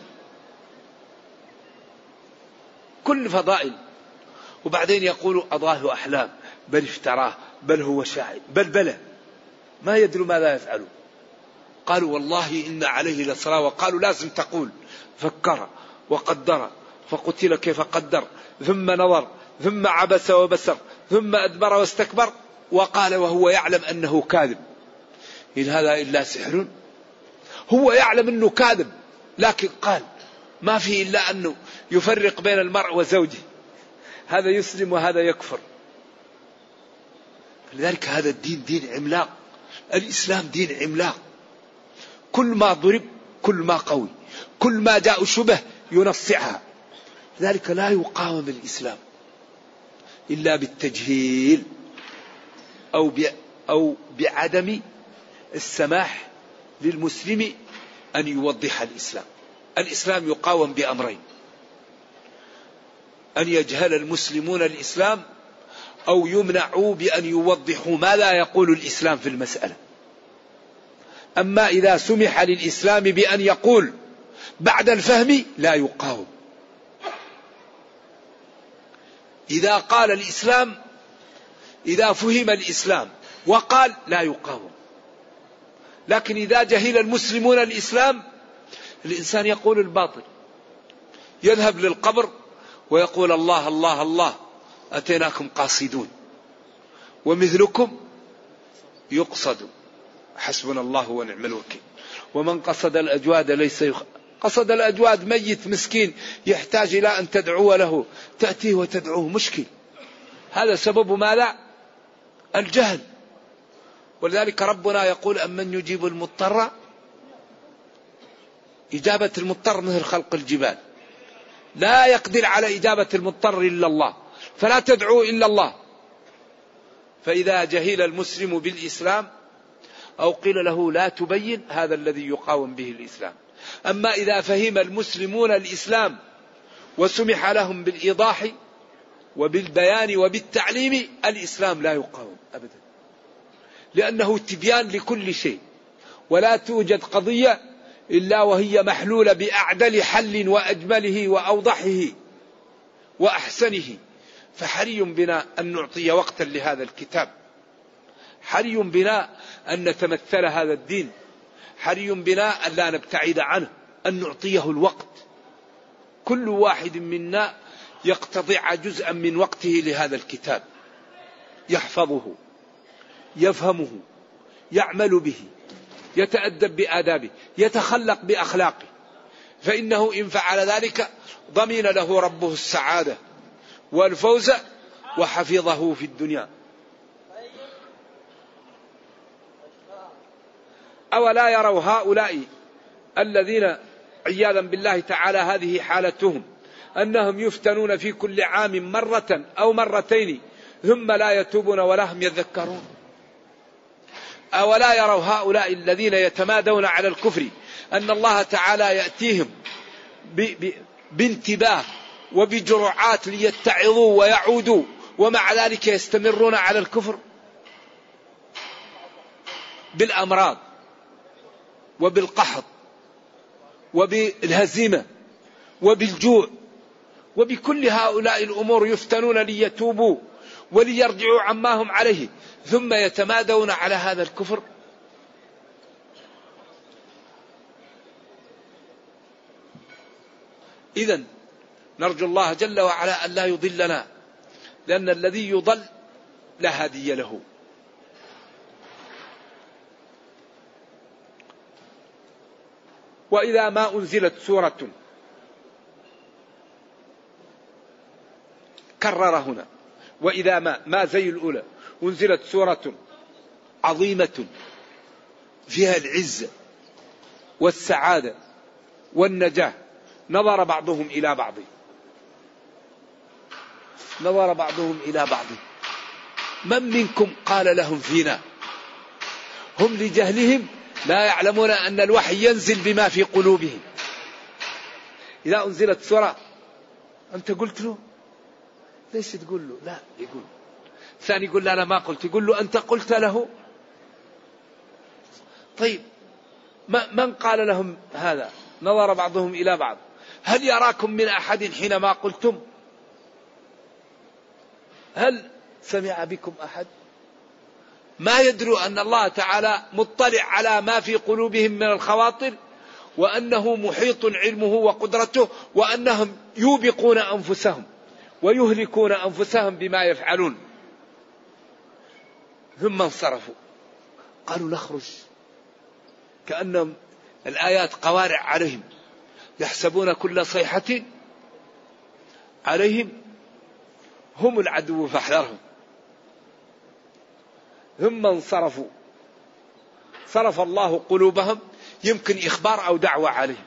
كل فضائل. وبعدين يقول أضاه أحلام، بل افتراه، بل هو شاعر، بل ما يدري ماذا يفعل. قالوا والله إن عليه لصلاة، وقالوا لازم تقول فكر وقدر فقتل كيف قدر، ثم نظر، ثم عبس وبسر، ثم أدبر واستكبر، وقال وهو يعلم أنه كاذب إن هذا إلا سحر. هو يعلم أنه كاذب، لكن قال ما فيه إلا أنه يفرق بين المرء وزوجه، هذا يسلم وهذا يكفر. لذلك هذا الدين دين عملاق، الإسلام دين عملاق. كل ما ضرب، كل ما قوي، كل ما جاء شبه ينصعها. لذلك لا يقاوم الإسلام إلا بالتجهيل أو بعدم السماح للمسلم أن يوضح الإسلام. الإسلام يقاوم بأمرين: أن يجهل المسلمون الإسلام، أو يمنعوا بأن يوضحوا ما لا يقول الإسلام في المسألة. أما إذا سمح للإسلام بأن يقول بعد الفهم لا يقاوم. إذا قال الإسلام، إذا فهم الإسلام وقال لا يقاوم. لكن إذا جهل المسلمون الإسلام الإنسان يقول الباطل، يذهب للقبر ويقول الله الله الله أتيناكم قاصدون ومثلكم يقصد حسبنا الله ونعم الوكيل. ومن قصد الأجواد ليس قصد الأجواد ميت مسكين يحتاج إلى أن تدعو له، تأتيه وتدعوه، مشكل. هذا سبب ماذا؟ الجهل. ولذلك ربنا يقول أمن يجيب المضطر. إجابة المضطر مثل خلق الجبال، لا يقدر على إجابة المضطر إلا الله، فلا تدعو إلا الله. فإذا جهل المسلم بالإسلام أو قيل له لا تبين، هذا الذي يقاوم به الإسلام. أما إذا فهم المسلمون الإسلام وسمح لهم بالإيضاح وبالبيان وبالتعليم، الإسلام لا يقاوم أبدا، لأنه تبيان لكل شيء، ولا توجد قضية إلا وهي محلولة بأعدل حل وأجمله وأوضحه وأحسنه. فحري بنا أن نعطي وقتا لهذا الكتاب، حري بنا أن نتمثل هذا الدين، حري بنا أن لا نبتعد عنه، أن نعطيه الوقت. كل واحد منا يقتطع جزءا من وقته لهذا الكتاب، يحفظه، يفهمه، يعمل به، يتأدب بآدابه، يتخلق بأخلاقه، فإنه إن فعل ذلك ضمن له ربه السعادة والفوز وحفظه في الدنيا. أولا يروا هؤلاء الذين عياذا بالله تعالى هذه حالتهم، أنهم يفتنون في كل عام مرة أو مرتين ثم لا يتوبون ولا هم يذكرون؟ أولا يروا هؤلاء الذين يتمادون على الكفر أن الله تعالى يأتيهم بانتباه وبجرعات ليتعظوا ويعودوا، ومع ذلك يستمرون على الكفر بالأمراض وبالقحط وبالهزيمة وبالجوع وبكل هؤلاء الأمور يفتنون ليتوبوا وليرجعوا عما هم عليه، ثم يتمادون على هذا الكفر. إذن نرجو الله جل وعلا أن لا يضلنا، لأن الذي يضل لا هادي له. وإذا ما أنزلت سورة، كرر هنا وإذا ما زي الأولى، أنزلت سورة عظيمة فيها العزة والسعادة والنجاة، نظر بعضهم إلى بعض، نظر بعضهم إلى بعض، من منكم قال لهم فينا؟ هم لجهلهم لا يعلمون أن الوحي ينزل بما في قلوبهم. إذا أنزلت سورة أنت قلت له، ليش تقول له؟ لا، يقول ثاني يقول لا أنا ما قلت، يقول له أنت قلت له. طيب من قال لهم هذا؟ نظر بعضهم إلى بعض، هل يراكم من أحد حينما قلتم؟ هل سمع بكم أحد؟ ما يدروا أن الله تعالى مطلع على ما في قلوبهم من الخواطر، وأنه محيط علمه وقدرته، وأنهم يوبقون أنفسهم ويهلكون أنفسهم بما يفعلون. ثم انصرفوا قالوا نخرج، كأنهم الآيات قوارع عليهم، يحسبون كل صيحة عليهم هم العدو فاحذرهم. ثم انصرفوا، صرف الله قلوبهم، يمكن إخبار أو دعوة عليهم،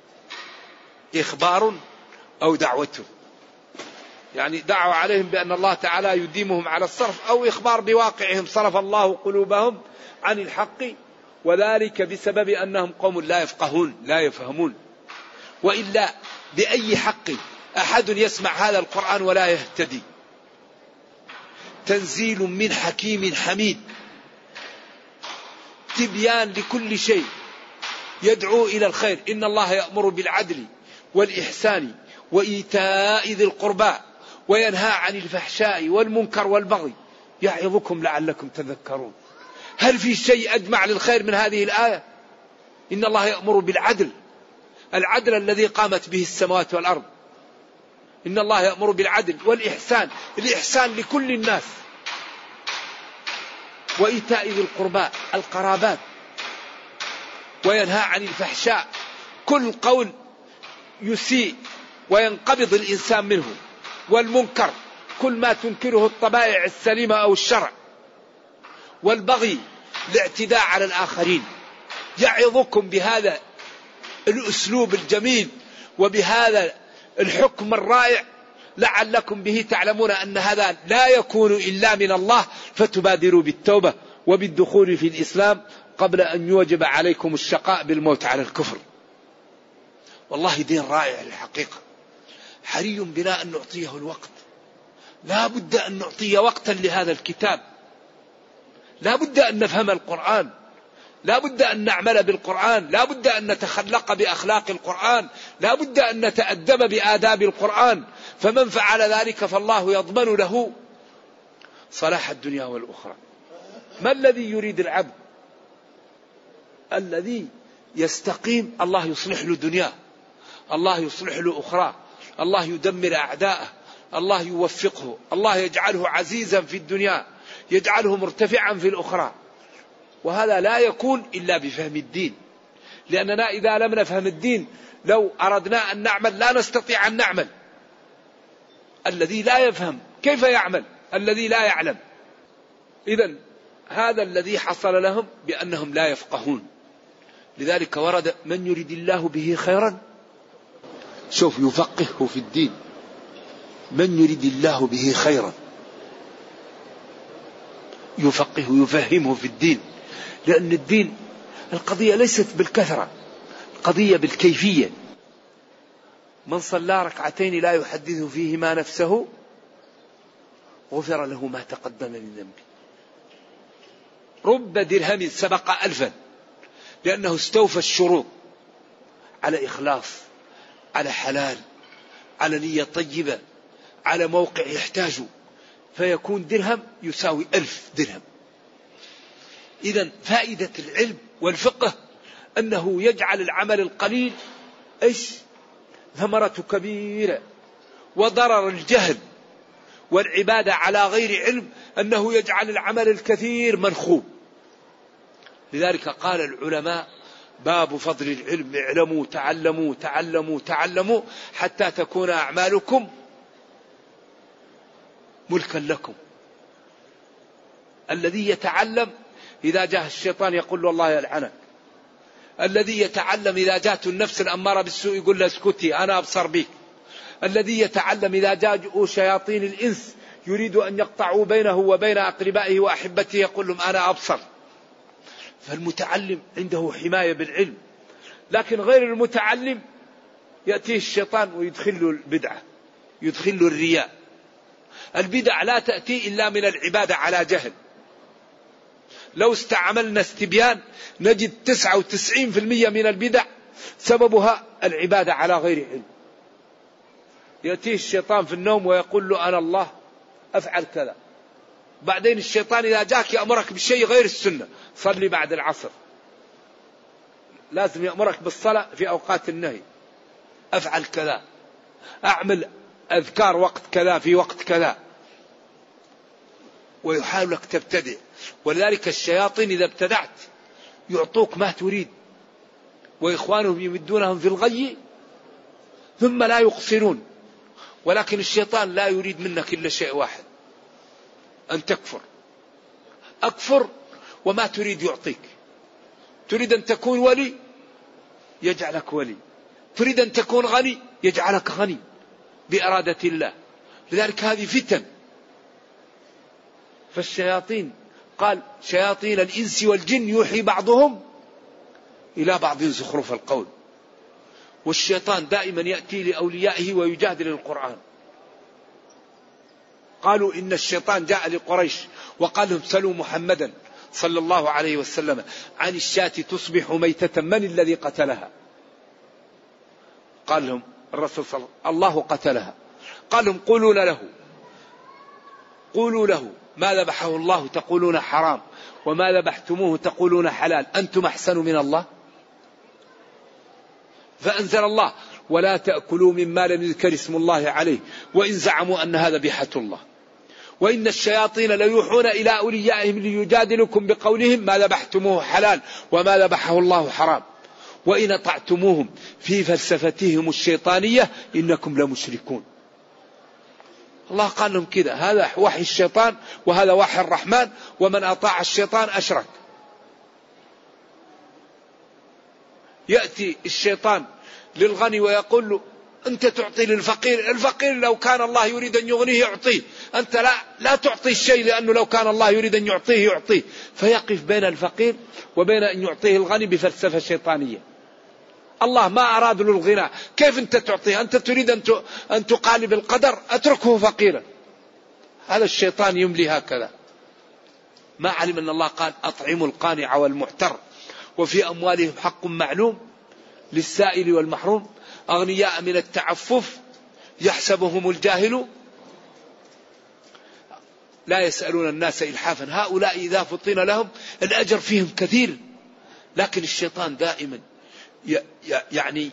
إخبار أو دعوة، يعني دعوة عليهم بأن الله تعالى يديمهم على الصرف، أو إخبار بواقعهم، صرف الله قلوبهم عن الحق، وذلك بسبب أنهم قوم لا يفقهون لا يفهمون. وإلا بأي حق أحد يسمع هذا القرآن ولا يهتدي؟ تنزيل من حكيم حميد، تبيان لكل شيء، يدعو إلى الخير. إن الله يأمر بالعدل والإحسان وإيتاء ذي القربى وينهى عن الفحشاء والمنكر والبغي يعظكم لعلكم تذكرون. هل في شيء أجمع للخير من هذه الآية؟ إن الله يأمر بالعدل، العدل الذي قامت به السماوات والأرض. إن الله يأمر بالعدل والإحسان، الإحسان لكل الناس، وإيتاء ذي القربى القرابات، وينهى عن الفحشاء، كل قول يسيء وينقبض الإنسان منه، والمنكر كل ما تنكره الطبائع السليمة أو الشرع، والبغي الاعتداء على الآخرين. يعظكم بهذا الأسلوب الجميل وبهذا الحكم الرائع لعلكم به تعلمون أن هذا لا يكون إلا من الله، فتبادروا بالتوبة وبالدخول في الإسلام قبل أن يوجب عليكم الشقاء بالموت على الكفر. والله دين رائع الحقيقة، حري بنا أن نعطيه الوقت. لا بد أن نعطي وقتا لهذا الكتاب، لا بد أن نفهم القرآن، لا بد أن نعمل بالقرآن، لا بد أن نتخلق بأخلاق القرآن، لا بد أن نتأدب بآداب القرآن. فمن فعل ذلك فالله يضمن له صلاح الدنيا والأخرى. ما الذي يريد العبد؟ الذي يستقيم الله يصلح له دنياه، الله يصلح له أخرى، الله يدمر أعداءه، الله يوفقه، الله يجعله عزيزا في الدنيا، يجعله مرتفعا في الأخرى. وهذا لا يكون إلا بفهم الدين، لأننا إذا لم نفهم الدين لو أردنا أن نعمل لا نستطيع أن نعمل. الذي لا يفهم كيف يعمل؟ الذي لا يعلم. إذن هذا الذي حصل لهم بأنهم لا يفقهون. لذلك ورد من يريد الله به خيرا سوف يفقهه في الدين. من يريد الله به خيرا يفهمه في الدين، لأن الدين القضية ليست بالكثرة، القضية بالكيفية. من صلى ركعتين لا يحدث فيهما نفسه غفر له ما تقدم من ذنبه. رب درهم سبق 1000، لأنه استوفى الشروط على إخلاص، على حلال، على نية طيبة، على موقع يحتاجه، فيكون درهم يساوي 1000 درهم. إذن فائدة العلم والفقه أنه يجعل العمل القليل ثمرة كبيرة. وضرر الجهل والعبادة على غير علم أنه يجعل العمل الكثير منخوب. لذلك قال العلماء باب فضل العلم: اعلموا تعلموا تعلموا تعلموا حتى تكون أعمالكم ملكا لكم. الذي يتعلم إذا جاء الشيطان يقول له الله يلعنك. الذي يتعلم إذا جاءت النفس الأمارة بالسوء يقول له اسكتي أنا أبصر بك. الذي يتعلم إذا جاءوا شياطين الإنس يريد أن يقطعوا بينه وبين أقربائه وأحبته يقول لهم أنا أبصر. فالمتعلم عنده حماية بالعلم. لكن غير المتعلم يأتيه الشيطان ويدخل له البدعة، يدخل له الرياء. البدع لا تأتي إلا من العبادة على جهل. لو استعملنا استبيان نجد 99% من البدع سببها العبادة على غير علم. يأتيه الشيطان في النوم ويقول له أنا الله أفعل كذا. بعدين الشيطان إذا جاك يأمرك بشيء غير السنة، صلي بعد العصر، لازم يأمرك بالصلاة في أوقات النهي، أفعل كذا، أعمل أذكار وقت كذا في وقت كذا، ويحاولك تبتدع. ولذلك الشياطين إذا ابتدعت يعطوك ما تريد، وإخوانهم يمدونهم في الغي ثم لا يقصرون. ولكن الشيطان لا يريد منك إلا شيء واحد: أن تكفر. أكفر وما تريد يعطيك. تريد أن تكون ولي يجعلك ولي، تريد أن تكون غني يجعلك غني بإرادة الله. لذلك هذه فتن. فالشياطين قال شياطين الإنس والجن يوحي بعضهم إلى بعض زخرف القول. والشيطان دائما يأتي لأوليائه ويجادل القرآن. قالوا إن الشيطان جاء لقريش وقال لهم سلوا محمدا صلى الله عليه وسلم عن الشاة تصبح ميتة من الذي قتلها؟ قال لهم الرسول صلى الله قتلها. قال لهم قولوا له ما ذبحه الله تقولون حرام، وما ذبحتموه تقولون حلال، أنتم أحسن من الله؟ فأنزل الله ولا تأكلوا مما لم يذكر اسم الله عليه وإن زعموا أن هذا ذبيحة الله، وإن الشياطين ليوحون إلى أوليائهم ليجادلكم بقولهم ما ذبحتموه حلال وما ذبحه الله حرام وإن أطعتموهم في فلسفتهم الشيطانية إنكم لمشركون. الله قال لهم كذا، هذا وحي الشيطان وهذا وحي الرحمن، ومن أطاع الشيطان أشرك. يأتي الشيطان للغني ويقول له أنت تعطي للفقير، الفقير لو كان الله يريد أن يغنيه يعطيه، أنت لا تعطي الشيء لأنه لو كان الله يريد أن يعطيه يعطيه. فيقف بين الفقير وبين أن يعطيه الغني بفلسفة شيطانية. الله ما أراد له الغنى، كيف أنت تعطيه؟ أنت تريد أن تقالب القدر، أتركه فقيرا. هذا الشيطان يملي هكذا. ما علم أن الله قال أطعموا القانع والمعتر وفي أموالهم حق معلوم للسائل والمحروم أغنياء من التعفف يحسبهم الجاهل لا يسألون الناس إلحافا. هؤلاء إذا فطن لهم الأجر فيهم كثير. لكن الشيطان دائما يعني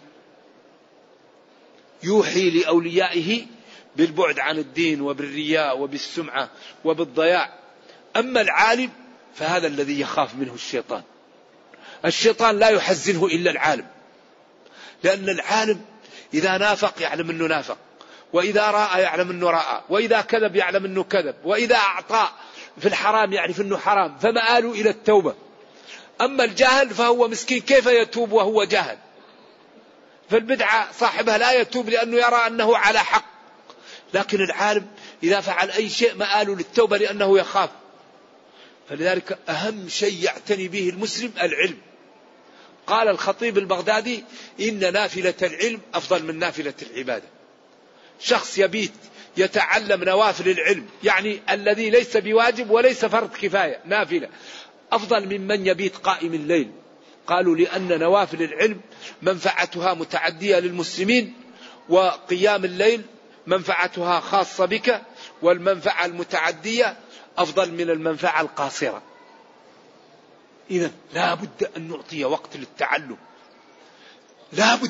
يوحي لأوليائه بالبعد عن الدين وبالرياء وبالسمعة وبالضياع. أما العالم فهذا الذي يخاف منه الشيطان. الشيطان لا يحزنه إلا العالم، لأن العالم إذا نافق يعلم أنه نافق، وإذا رأى يعلم أنه رأى، وإذا كذب يعلم أنه كذب، وإذا أعطى في الحرام يعرف أنه حرام، فمآله إلى التوبة. أما الجاهل فهو مسكين، كيف يتوب وهو جاهل؟ فالبدعة صاحبها لا يتوب لأنه يرى أنه على حق. لكن العالم إذا فعل أي شيء مآله للتوبة لأنه يخاف. فلذلك أهم شيء يعتني به المسلم العلم. قال الخطيب البغدادي إن نافلة العلم أفضل من نافلة العبادة. شخص يبيت يتعلم نوافل العلم، يعني الذي ليس بواجب وليس فرض كفاية، نافلة، أفضل ممن يبيت قائم الليل. قالوا لأن نوافل العلم منفعتها متعدية للمسلمين، وقيام الليل منفعتها خاصة بك، والمنفعة المتعدية أفضل من المنفعة القاصرة. إذن لا بد أن نعطي وقت للتعلم، لا بد.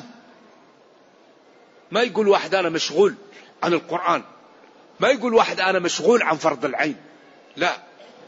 ما يقول واحد أنا مشغول عن القرآن، ما يقول واحد أنا مشغول عن فرض العين، لا.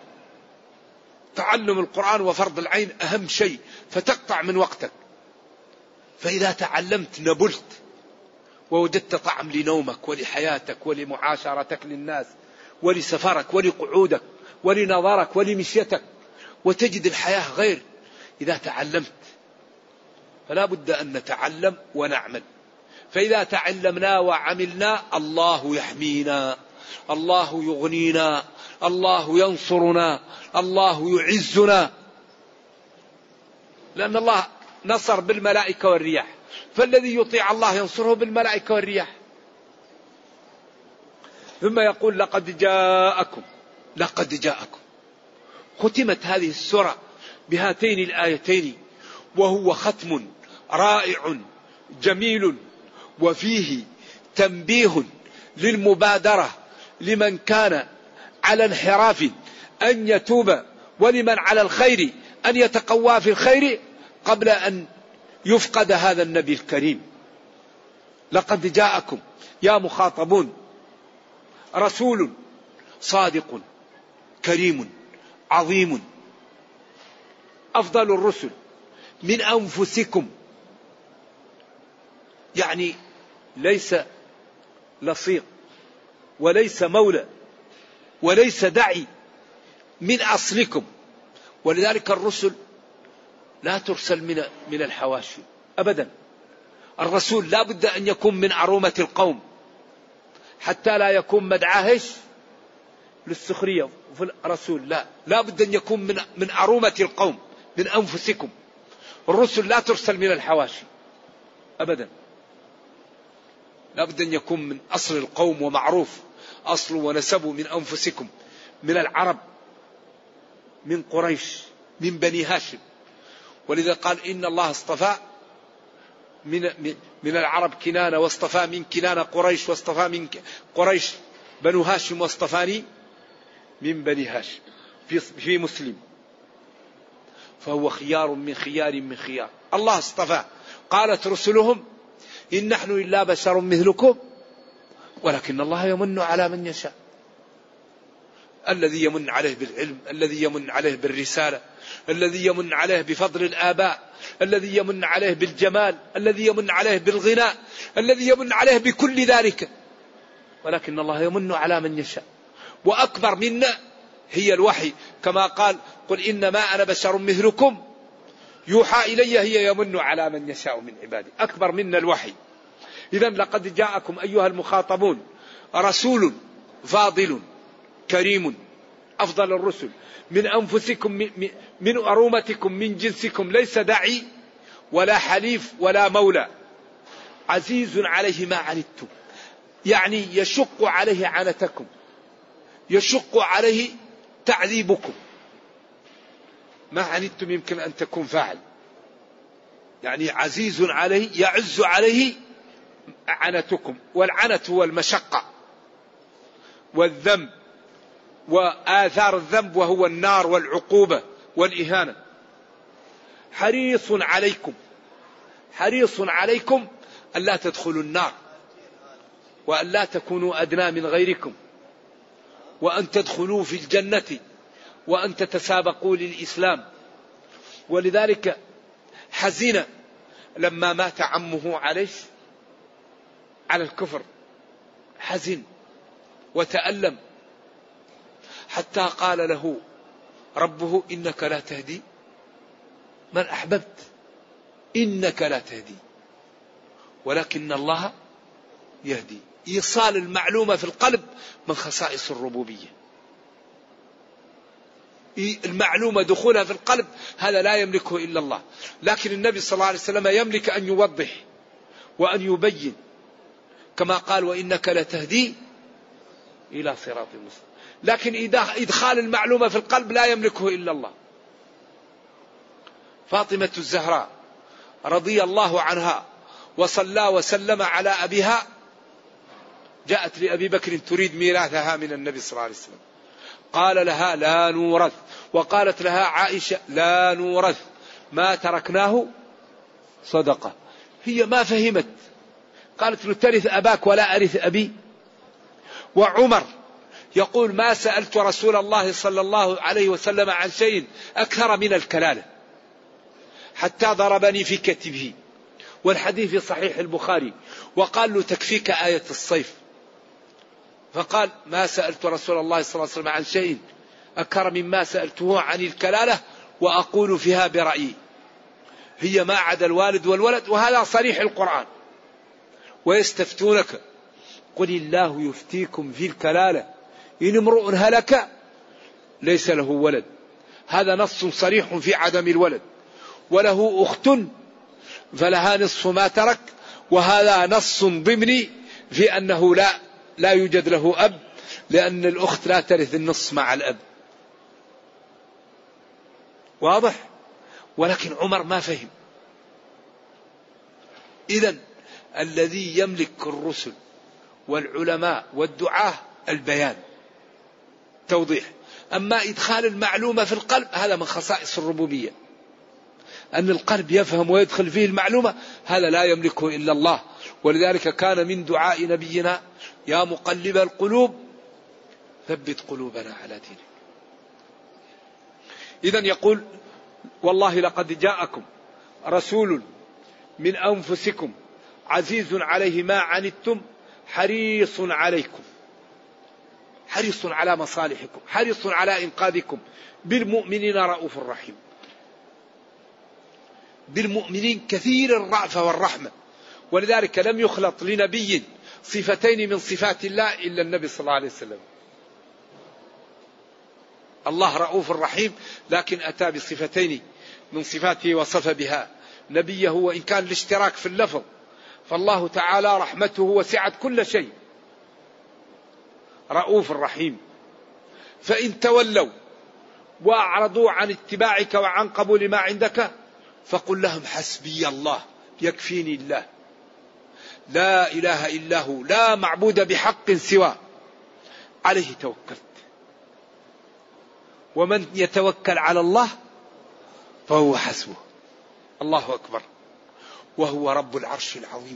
تعلم القرآن وفرض العين أهم شيء، فتقطع من وقتك. فإذا تعلمت نبلت ووجدت طعم لنومك ولحياتك ولمعاشرتك للناس ولسفرك ولقعودك ولنظرك ولمشيتك، وتجد الحياة غير إذا تعلمت. فلا بد أن نتعلم ونعمل. فإذا تعلمنا وعملنا الله يحمينا، الله يغنينا، الله ينصرنا، الله يعزنا. لأن الله نصر بالملائكة والرياح، فالذي يطيع الله ينصره بالملائكة والرياح. ثم يقول لقد جاءكم، لقد جاءكم. ختمت هذه السورة بهاتين الآيتين، وهو ختم رائع جميل، وفيه تنبيه للمبادرة لمن كان على انحراف أن يتوب، ولمن على الخير أن يتقوى في الخير قبل أن يفقد هذا النبي الكريم. لقد جاءكم يا مخاطبون رسول صادق كريم عظيم، أفضل الرسل من أنفسكم، يعني ليس لصيق وليس مولى وليس داعي، من أصلكم. ولذلك الرسل لا ترسل من الحواشي أبدا. الرسول لا بد أن يكون من عرومة القوم، حتى لا يكون مدعاهش للسخرية. في الرسول لا بد أن يكون من عرومة القوم، من أنفسكم. الرسل لا ترسل من الحواشي أبدا، لا بد أن يكون من أصل القوم ومعروف أصل ونسبه من أنفسكم، من العرب، من قريش، من بني هاشم. ولذا قال إن الله اصطفى من العرب كنانة، واصطفى من كنانة قريش، واصطفى من قريش بنو هاشم، واصطفاني من بني هاشم. في مسلم فهو خيار من خيار من خيار. الله اصطفى. قالت رسلهم إن نحن إلا بشر مثلكم ولكن الله يمن على من يشاء. الذي يمن عليه بالعلم، الذي يمن عليه بالرسالة، الذي يمن عليه بفضل الآباء، الذي يمن عليه بالجمال، الذي يمن عليه بالغناء، الذي يمن عليه بكل ذلك. ولكن الله يمن على من يشاء. وأكبر منا هي الوحي، كما قال قل إنما أنا بشر مثلكم يوحى إلي، هي يمن على من يشاء من عباده. أكبر منا الوحي. إذن لقد جاءكم أيها المخاطبون رسول فاضل كريم أفضل الرسل من أنفسكم من أرومتكم من جنسكم ليس داعي ولا حليف ولا مولى عزيز عليه ما عنتم، يعني يشق عليه عنتكم، يشق عليه تعذيبكم. ما عنتم يمكن أن تكون فاعل، يعني عزيز عليه يعز عليه عنتكم، والعنت هو المشقة والذنب وآثار الذنب وهو النار والعقوبة والإهانة. حريص عليكم، حريص عليكم ألا تدخلوا النار وألا تكونوا أدنى من غيركم وأن تدخلوا في الجنة وأن تتسابقوا للإسلام. ولذلك حزن لما مات عمه على الكفر، حزن وتألم حتى قال له ربه إنك لا تهدي من أحببت، إنك لا تهدي ولكن الله يهدي. إيصال المعلومة في القلب من خصائص الربوبية. المعلومة دخولها في القلب هذا لا يملكه إلا الله، لكن النبي صلى الله عليه وسلم يملك أن يوضح وأن يبين، كما قال وإنك لتهدي إلى صراط مستقيم. لكن إدخال المعلومة في القلب لا يملكه إلا الله. فاطمة الزهراء رضي الله عنها وصلى وسلم على أبيها، جاءت لأبي بكر تريد ميراثها من النبي صلى الله عليه وسلم، قال لها لا نورث، وقالت لها عائشة لا نورث ما تركناه صدقة. هي ما فهمت، قالت له ترث أباك ولا أرث أبي. وعمر يقول ما سألت رسول الله صلى الله عليه وسلم عن شيء أكثر من الكلالة حتى ضربني في كتفه، والحديث في صحيح البخاري، وقال له تكفيك آية الصيف. فقال ما سألت رسول الله صلى الله عليه وسلم عن شيء أكثر مما سألته عن الكلالة وأقول فيها برأيي، هي ما عدا الوالد والولد، وهذا صريح القرآن. ويستفتونك قل الله يفتيكم في الكلالة إن امرؤ هلك ليس له ولد، هذا نص صريح في عدم الولد، وله أخت فلها نصف ما ترك، وهذا نص ضمني في أنه لا يوجد له أب، لأن الأخت لا ترث النصف مع الأب. واضح؟ ولكن عمر ما فهم. إذن الذي يملك الرسل والعلماء والدعاة البيان، توضيح. أما إدخال المعلومة في القلب هذا من خصائص الربوبية، أن القلب يفهم ويدخل فيه المعلومة هذا لا يملكه إلا الله. ولذلك كان من دعاء نبينا يا مقلب القلوب ثبت قلوبنا على دينك. إذن يقول والله لقد جاءكم رسول من أنفسكم عزيز عليه ما عنتم حريص عليكم، حريص على مصالحكم، حريص على إنقاذكم، بالمؤمنين رؤوف رحيم. بالمؤمنين كثير الرأفة والرحمة. ولذلك لم يخلط لنبي صفتين من صفات الله إلا النبي صلى الله عليه وسلم. الله رؤوف رحيم، لكن أتى بصفتين من صفاته وصف بها نبيه، وإن كان الاشتراك في اللفظ، فالله تعالى رحمته وسعت كل شيء، رؤوف رحيم. فإن تولوا وأعرضوا عن اتباعك وعن قبول ما عندك فقل لهم حسبي الله يكفيني الله لا إله إلا هو لا معبود بحق سواه عليه توكلت، ومن يتوكل على الله فهو حسبه. الله أكبر. وهو رب العرش العظيم.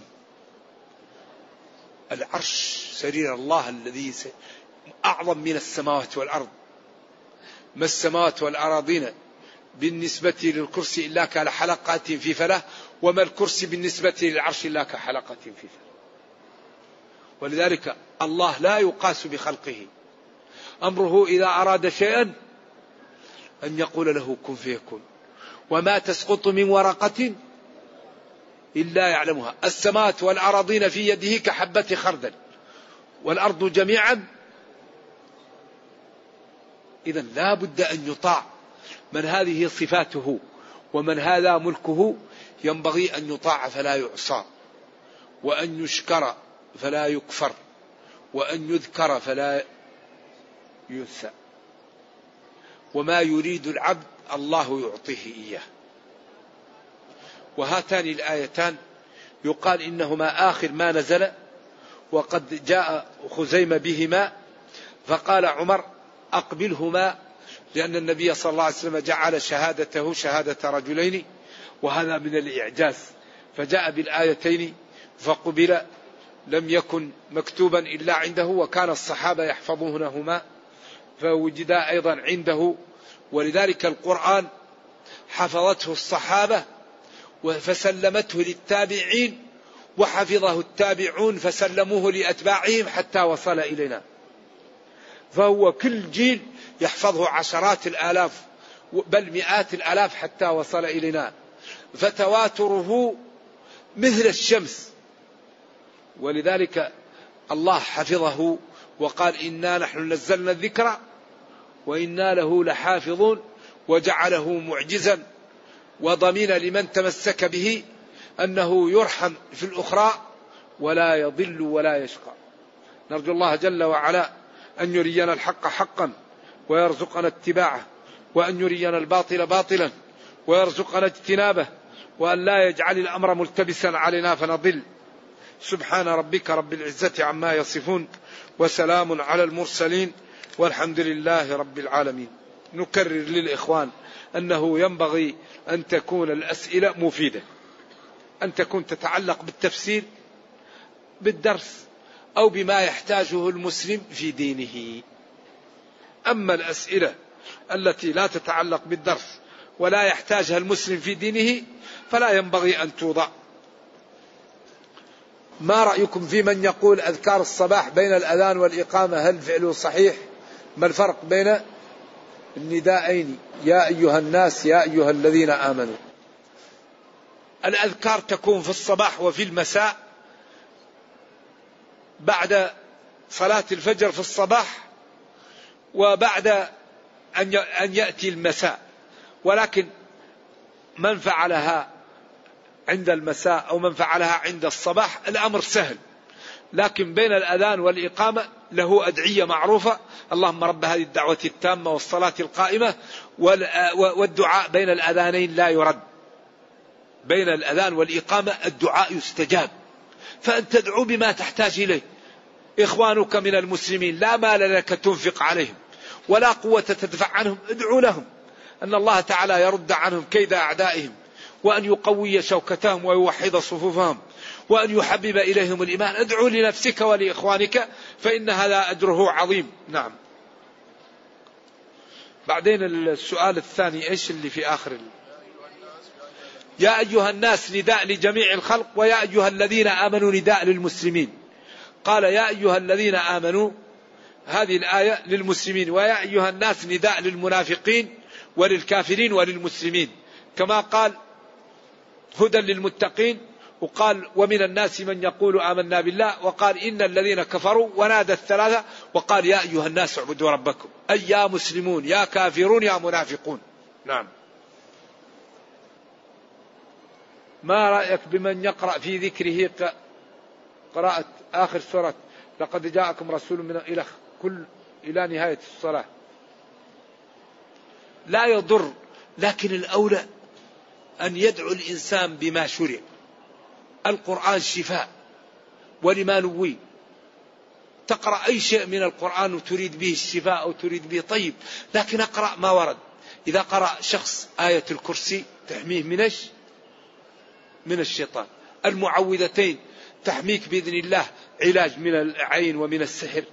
العرش سرير الله الذي أعظم من السماوات والأرض. ما السماوات والأراضين بالنسبة للكرسي إلا كحلقات في فلاة، وما الكرسي بالنسبة للعرش إلا كحلقة في فلاة. ولذلك الله لا يقاس بخلقه، أمره إذا أراد شيئا أن يقول له كن فيكون. وما تسقط من ورقة إلا يعلمها. السماوات والأراضين في يده كحبة خردل والأرض جميعا. إذا لا بد أن يطاع من هذه صفاته ومن هذا ملكه، ينبغي أن يطاع فلا يعصى، وأن يشكر فلا يكفر، وأن يذكر فلا ينسى. وما يريد العبد الله يعطيه إياه. وهاتان الآيتان يقال إنهما آخر ما نزل، وقد جاء خزيمة بهما، فقال عمر أقبلهما، لأن النبي صلى الله عليه وسلم جعل شهادته شهادة رجلين، وهذا من الإعجاز، فجاء بالآيتين فقبل، لم يكن مكتوبا إلا عنده، وكان الصحابة يحفظونهما فوجدا أيضا عنده. ولذلك القرآن حفظته الصحابة فسلمته للتابعين، وحفظه التابعون فسلموه لأتباعهم حتى وصل إلينا. فهو كل جيل يحفظه عشرات الآلاف بل مئات الآلاف حتى وصل إلينا، فتواتره مثل الشمس. ولذلك الله حفظه وقال إنا نحن نزلنا الذكر وإنا له لحافظون، وجعله معجزا وضمين لمن تمسك به أنه يرحم في الأخرى ولا يضل ولا يشقى. نرجو الله جل وعلا أن يرينا الحق حقا ويرزقنا اتباعه، وأن يرينا الباطل باطلا ويرزقنا اجتنابه، وأن لا يجعل الأمر ملتبسا علينا فنضل. سبحان ربك رب العزة عما يصفون، وسلام على المرسلين، والحمد لله رب العالمين. نكرر للإخوان أنه ينبغي أن تكون الأسئلة مفيدة، أن تكون تتعلق بالتفسير بالدرس أو بما يحتاجه المسلم في دينه. أما الأسئلة التي لا تتعلق بالدرس ولا يحتاجها المسلم في دينه فلا ينبغي أن توضع. ما رأيكم في من يقول أذكار الصباح بين الأذان والإقامة هل فعله صحيح؟ ما الفرق بين النداءين يا أيها الناس يا أيها الذين آمنوا؟ الأذكار تكون في الصباح وفي المساء بعد صلاة الفجر في الصباح وبعد أن يأتي المساء، ولكن من فعلها عند المساء أو من فعلها عند الصباح الأمر سهل. لكن بين الأذان والإقامة له أدعية معروفة: اللهم رب هذه الدعوة التامة والصلاة القائمة، والدعاء بين الأذانين لا يرد. بين الأذان والإقامة الدعاء يستجاب، فأنت تدعو بما تحتاج إليه. إخوانك من المسلمين لا مال لك تنفق عليهم ولا قوة تدفع عنهم، ادعو لهم أن الله تعالى يرد عنهم كيد أعدائهم، وأن يقوي شوكتهم ويوحد صفوفهم، وأن يحبب إليهم الإيمان. ادعو لنفسك ولإخوانك فإن هذا أجره عظيم. نعم. بعدين السؤال الثاني إيش اللي في آخر يا أيها الناس نداء لجميع الخلق، ويا أيها الذين آمنوا نداء للمسلمين. قال يا أيها الذين آمنوا هذه الآية للمسلمين، ويا أيها الناس نداء للمنافقين وللكافرين وللمسلمين، كما قال هدى للمتقين، وقال ومن الناس من يقول آمنا بالله، وقال إن الذين كفروا، ونادى الثلاثة وقال يا أيها الناس اعبدوا ربكم، أي يا مسلمون يا كافرون يا منافقون. نعم. ما رأيك بمن يقرأ في ذكره قراءة آخر سورة لقد جاءكم رسول من إلى نهاية الصلاة؟ لا يضر، لكن الأولى أن يدعو الإنسان بما شرع. القرآن شفاء ولما نوي. تقرأ أي شيء من القرآن وتريد به الشفاء أو تريد به طيب، لكن أقرأ ما ورد. إذا قرأ شخص آية الكرسي تحميه من الشيطان. المعوذتين تحميك بإذن الله علاج من العين ومن السحر.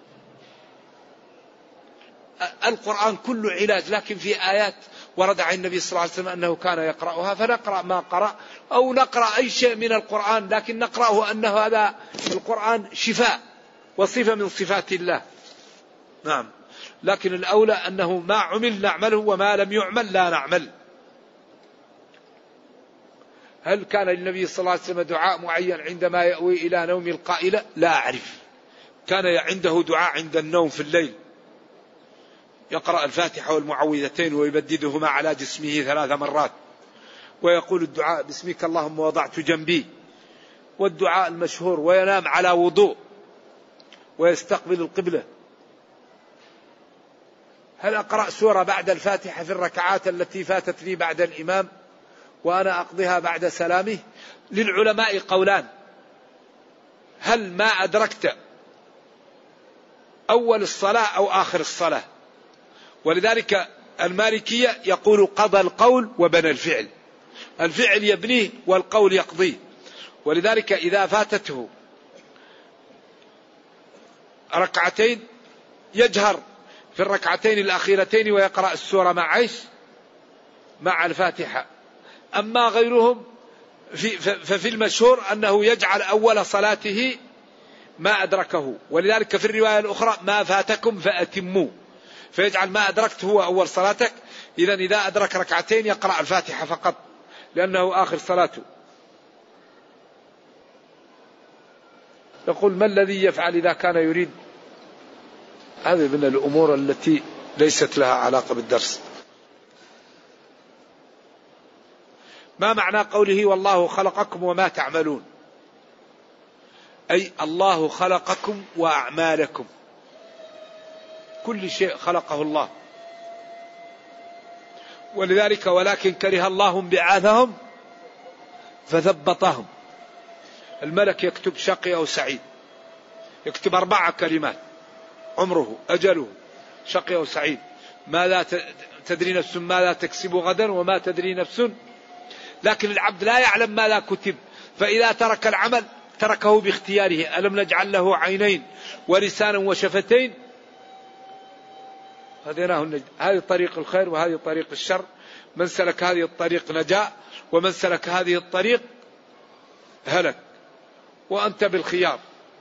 القرآن كله علاج، لكن في آيات ورد عن النبي صلى الله عليه وسلم أنه كان يقرأها، فنقرأ ما قرأ، أو نقرأ أي شيء من القرآن لكن نقرأه أنه هذا القرآن شفاء وصفة من صفات الله. نعم. لكن الأولى أنه ما عمل نعمله وما لم يعمل لا نعمل. هل كان للنبي صلى الله عليه وسلم دعاء معين عندما يأوي إلى نوم القائلة؟ لا أعرف. كان عنده دعاء عند النوم في الليل، يقرأ الفاتحة والمعوذتين ويبددهما على جسمه 3 مرات، ويقول الدعاء باسمك اللهم وضعت جنبي، والدعاء المشهور، وينام على وضوء ويستقبل القبلة. هل أقرأ سورة بعد الفاتحة في الركعات التي فاتت لي بعد الإمام وأنا أقضيها بعد سلامه؟ للعلماء قولان: هل ما أدركت أول الصلاة أو آخر الصلاة؟ ولذلك المالكية يقول قضى القول وبنى الفعل، الفعل يبنيه والقول يقضيه. ولذلك إذا فاتته ركعتين يجهر في الركعتين الأخيرتين ويقرأ السورة مع الفاتحة. أما غيرهم ففي المشهور أنه يجعل أول صلاته ما أدركه، ولذلك في الرواية الأخرى ما فاتكم فأتموا، فيجعل ما أدركت هو أول صلاتك. إذا أدرك ركعتين يقرأ الفاتحة فقط لأنه آخر صلاته. يقول: ما الذي يفعل إذا كان يريد؟ هذه من الأمور التي ليست لها علاقة بالدرس. ما معنى قوله والله خلقكم وما تعملون؟ أي الله خلقكم وأعمالكم، كل شيء خلقه الله. ولذلك ولكن كره الله بعاثهم فثبطهم. الملك يكتب شقي أو سعيد، يكتب 4 كلمات: عمره، أجله، شقي أو سعيد، ماذا تدري نفس ماذا تكسب غدا وما تدري نفس. لكن العبد لا يعلم ماذا كتب، فإذا ترك العمل تركه باختياره. ألم نجعل له عينين ولسانا وشفتين هديناه النجدة. هذه طريق الخير وهذه طريق الشر، من سلك هذه الطريق نجا ومن سلك هذه الطريق هلك، وأنت بالخيار.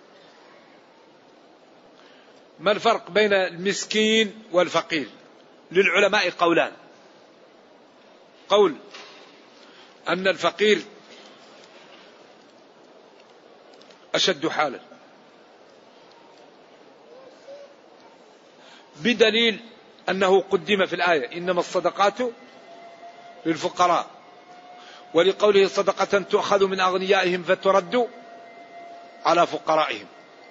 ما الفرق بين المسكين والفقير؟ للعلماء قولان: قول أن الفقير أشد حالا، بدليل أنه قدم في الآية إنما الصدقات للفقراء، ولقوله صدقة تؤخذ من أغنيائهم فترد على فقرائهم،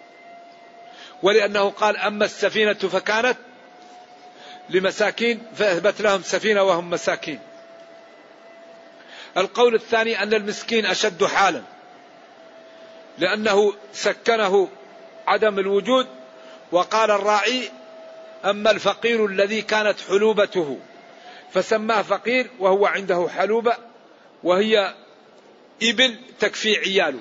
ولأنه قال أما السفينة فكانت لمساكين فأثبت لهم سفينة وهم مساكين. القول الثاني أن المسكين أشد حالا، لأنه سكنه عدم الوجود، وقال الراعي أما الفقير الذي كانت حلوبته، فسماه فقير وهو عنده حلوبة وهي إبل تكفي عياله.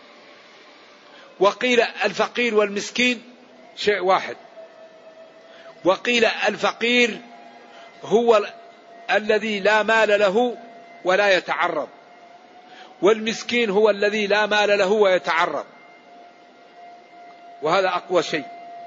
وقيل الفقير والمسكين شيء واحد، وقيل الفقير هو الذي لا مال له ولا يتعرض، والمسكين هو الذي لا مال له ويتعرض. وهذا أقوى شيء،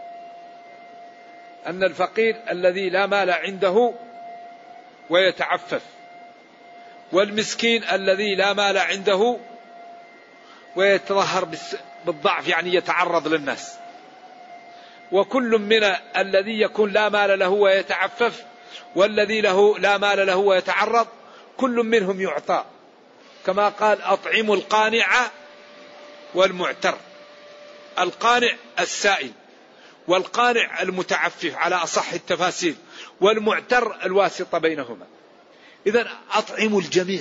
أن الفقير الذي لا مال عنده ويتعفف، والمسكين الذي لا مال عنده ويتظاهر بالضعف، يعني يتعرض للناس. وكل من الذي يكون لا مال له ويتعفف والذي له لا مال له ويتعرض كل منهم يعطى، كما قال أطعموا القانع والمعتر. القانع السائل، والقانع المتعفف على أصح التفاسير، والمعتر الواسطة بينهما. إذن أطعموا الجميع،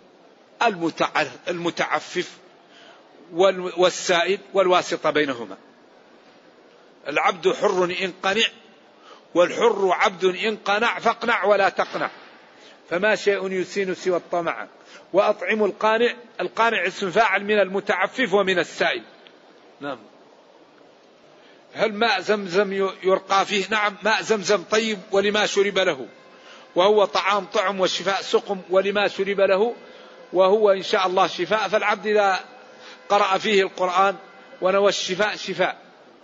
المتعفف والسائل والواسطة بينهما. العبد حر إن قنع، والحر عبد إن قنع، فاقنع ولا تقنع، فما شيء يسين سوى الطمع. وأطعموا القانع، القانع اسم فاعل من المتعفف ومن السائل. نعم. هل ماء زمزم يرقى فيه؟ نعم، ماء زمزم طيب ولما شرب له، وهو طعام طعم وشفاء سقم ولما شرب له، وهو إن شاء الله شفاء. فالعبد إذا قرأ فيه القرآن ونوى الشفاء شفاء.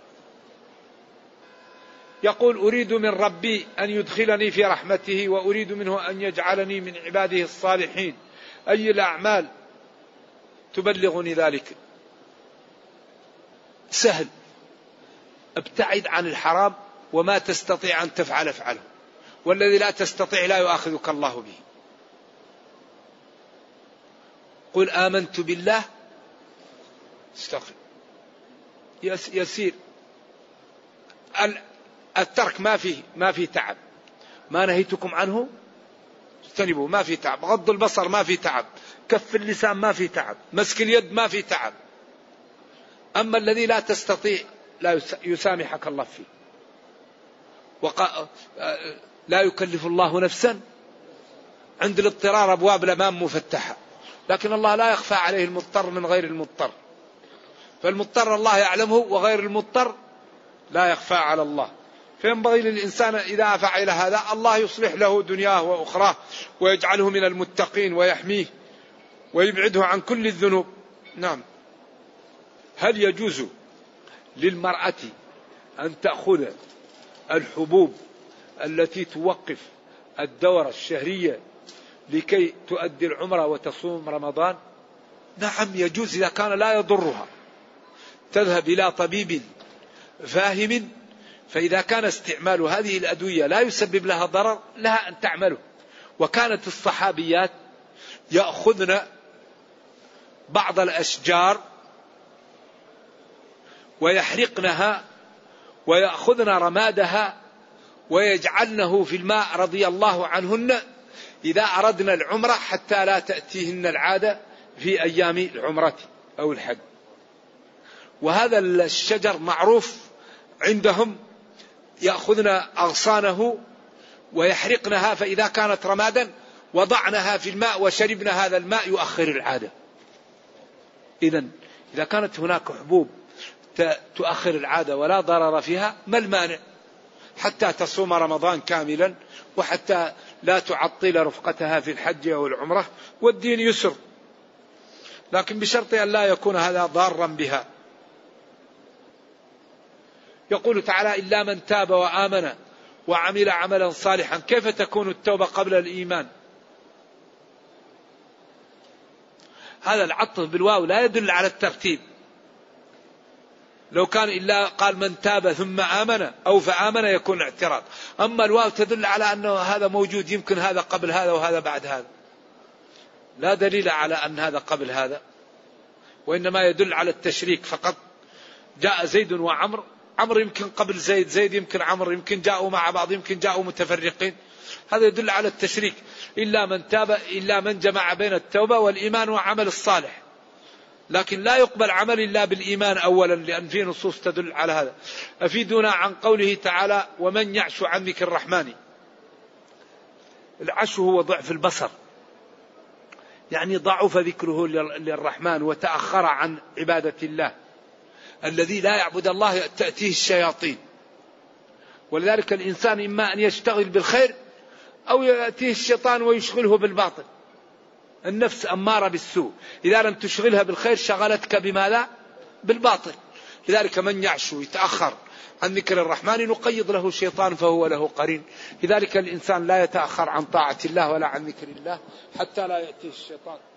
يقول أريد من ربي أن يدخلني في رحمته، وأريد منه أن يجعلني من عباده الصالحين. أي الأعمال تبلغني ذلك؟ سهل. ابتعد عن الحرام، وما تستطيع أن تفعل افعله، والذي لا تستطيع لا يؤاخذك الله به. قل آمنت بالله، استغفر، يسير. الترك ما فيه تعب. ما نهيتكم عنه اجتنبوا، ما في تعب. غض البصر ما في تعب. كف اللسان ما في تعب. مسك اليد ما في تعب. أما الذي لا تستطيع لا يسامحك الله فيه. لا يكلف الله نفسا، عند الاضطرار أبواب الأمام مفتحة، لكن الله لا يخفى عليه المضطر من غير المضطر. فالمضطر الله يعلمه، وغير المضطر لا يخفى على الله. فينبغي للإنسان إذا فعل هذا الله يصلح له دنياه وأخراه، ويجعله من المتقين ويحميه ويبعده عن كل الذنوب. نعم. هل يجوز للمرأة أن تأخذ الحبوب التي توقف الدورة الشهرية لكي تؤدي العمرة وتصوم رمضان؟ نعم يجوز إذا كان لا يضرها. تذهب إلى طبيب فاهم، فإذا كان استعمال هذه الأدوية لا يسبب لها ضرر لها أن تعمله. وكانت الصحابيات يأخذن بعض الأشجار ويحرقنها ويأخذن رمادها ويجعلنه في الماء رضي الله عنهن إذا أردنا العمرة حتى لا تأتيهن العادة في أيام العمرة أو الحج. وهذا الشجر معروف عندهم، يأخذن أغصانه ويحرقنها، فإذا كانت رمادا وضعنها في الماء وشربنا هذا الماء يؤخر العادة. إذن إذا كانت هناك حبوب تؤخر العادة ولا ضرر فيها، ما المانع حتى تصوم رمضان كاملا، وحتى لا تعطل رفقتها في الحج أو العمرة، والدين يسر، لكن بشرط أن لا يكون هذا ضارا بها. يقول تعالى: إلا من تاب وآمن وعمل عملا صالحا. كيف تكون التوبة قبل الإيمان؟ هذا العطف بالواو لا يدل على الترتيب. لو كان إلا قال من تاب ثم آمن أو فآمن يكون اعتراض. أما الواو تدل على أنه هذا موجود، يمكن هذا قبل هذا وهذا بعد هذا، لا دليل على أن هذا قبل هذا، وإنما يدل على التشريك فقط. جاء زيد وعمر، عمر يمكن قبل زيد، زيد يمكن عمر، يمكن جاءوا مع بعض، يمكن جاءوا متفرقين. هذا يدل على التشريك. إلا من تاب، إلا من جمع بين التوبة والإيمان وعمل الصالح. لكن لا يقبل عمل إلا بالإيمان أولا، لأن فيه نصوص تدل على هذا. أفيدنا عن قوله تعالى: ومن يعش عن ذكر الرحمن. العش هو ضعف البصر، يعني ضعف ذكره للرحمن وتأخر عن عبادة الله. الذي لا يعبد الله تأتيه الشياطين، ولذلك الإنسان إما أن يشتغل بالخير أو يأتيه الشيطان ويشغله بالباطل. النفس أمارة بالسوء، إذا لم تشغلها بالخير شغلتك بما لا بالباطل. لذلك من يعش يتأخر عن ذكر الرحمن نقيض له شيطان فهو له قرين. لذلك الإنسان لا يتأخر عن طاعة الله ولا عن ذكر الله حتى لا يأتيه الشيطان.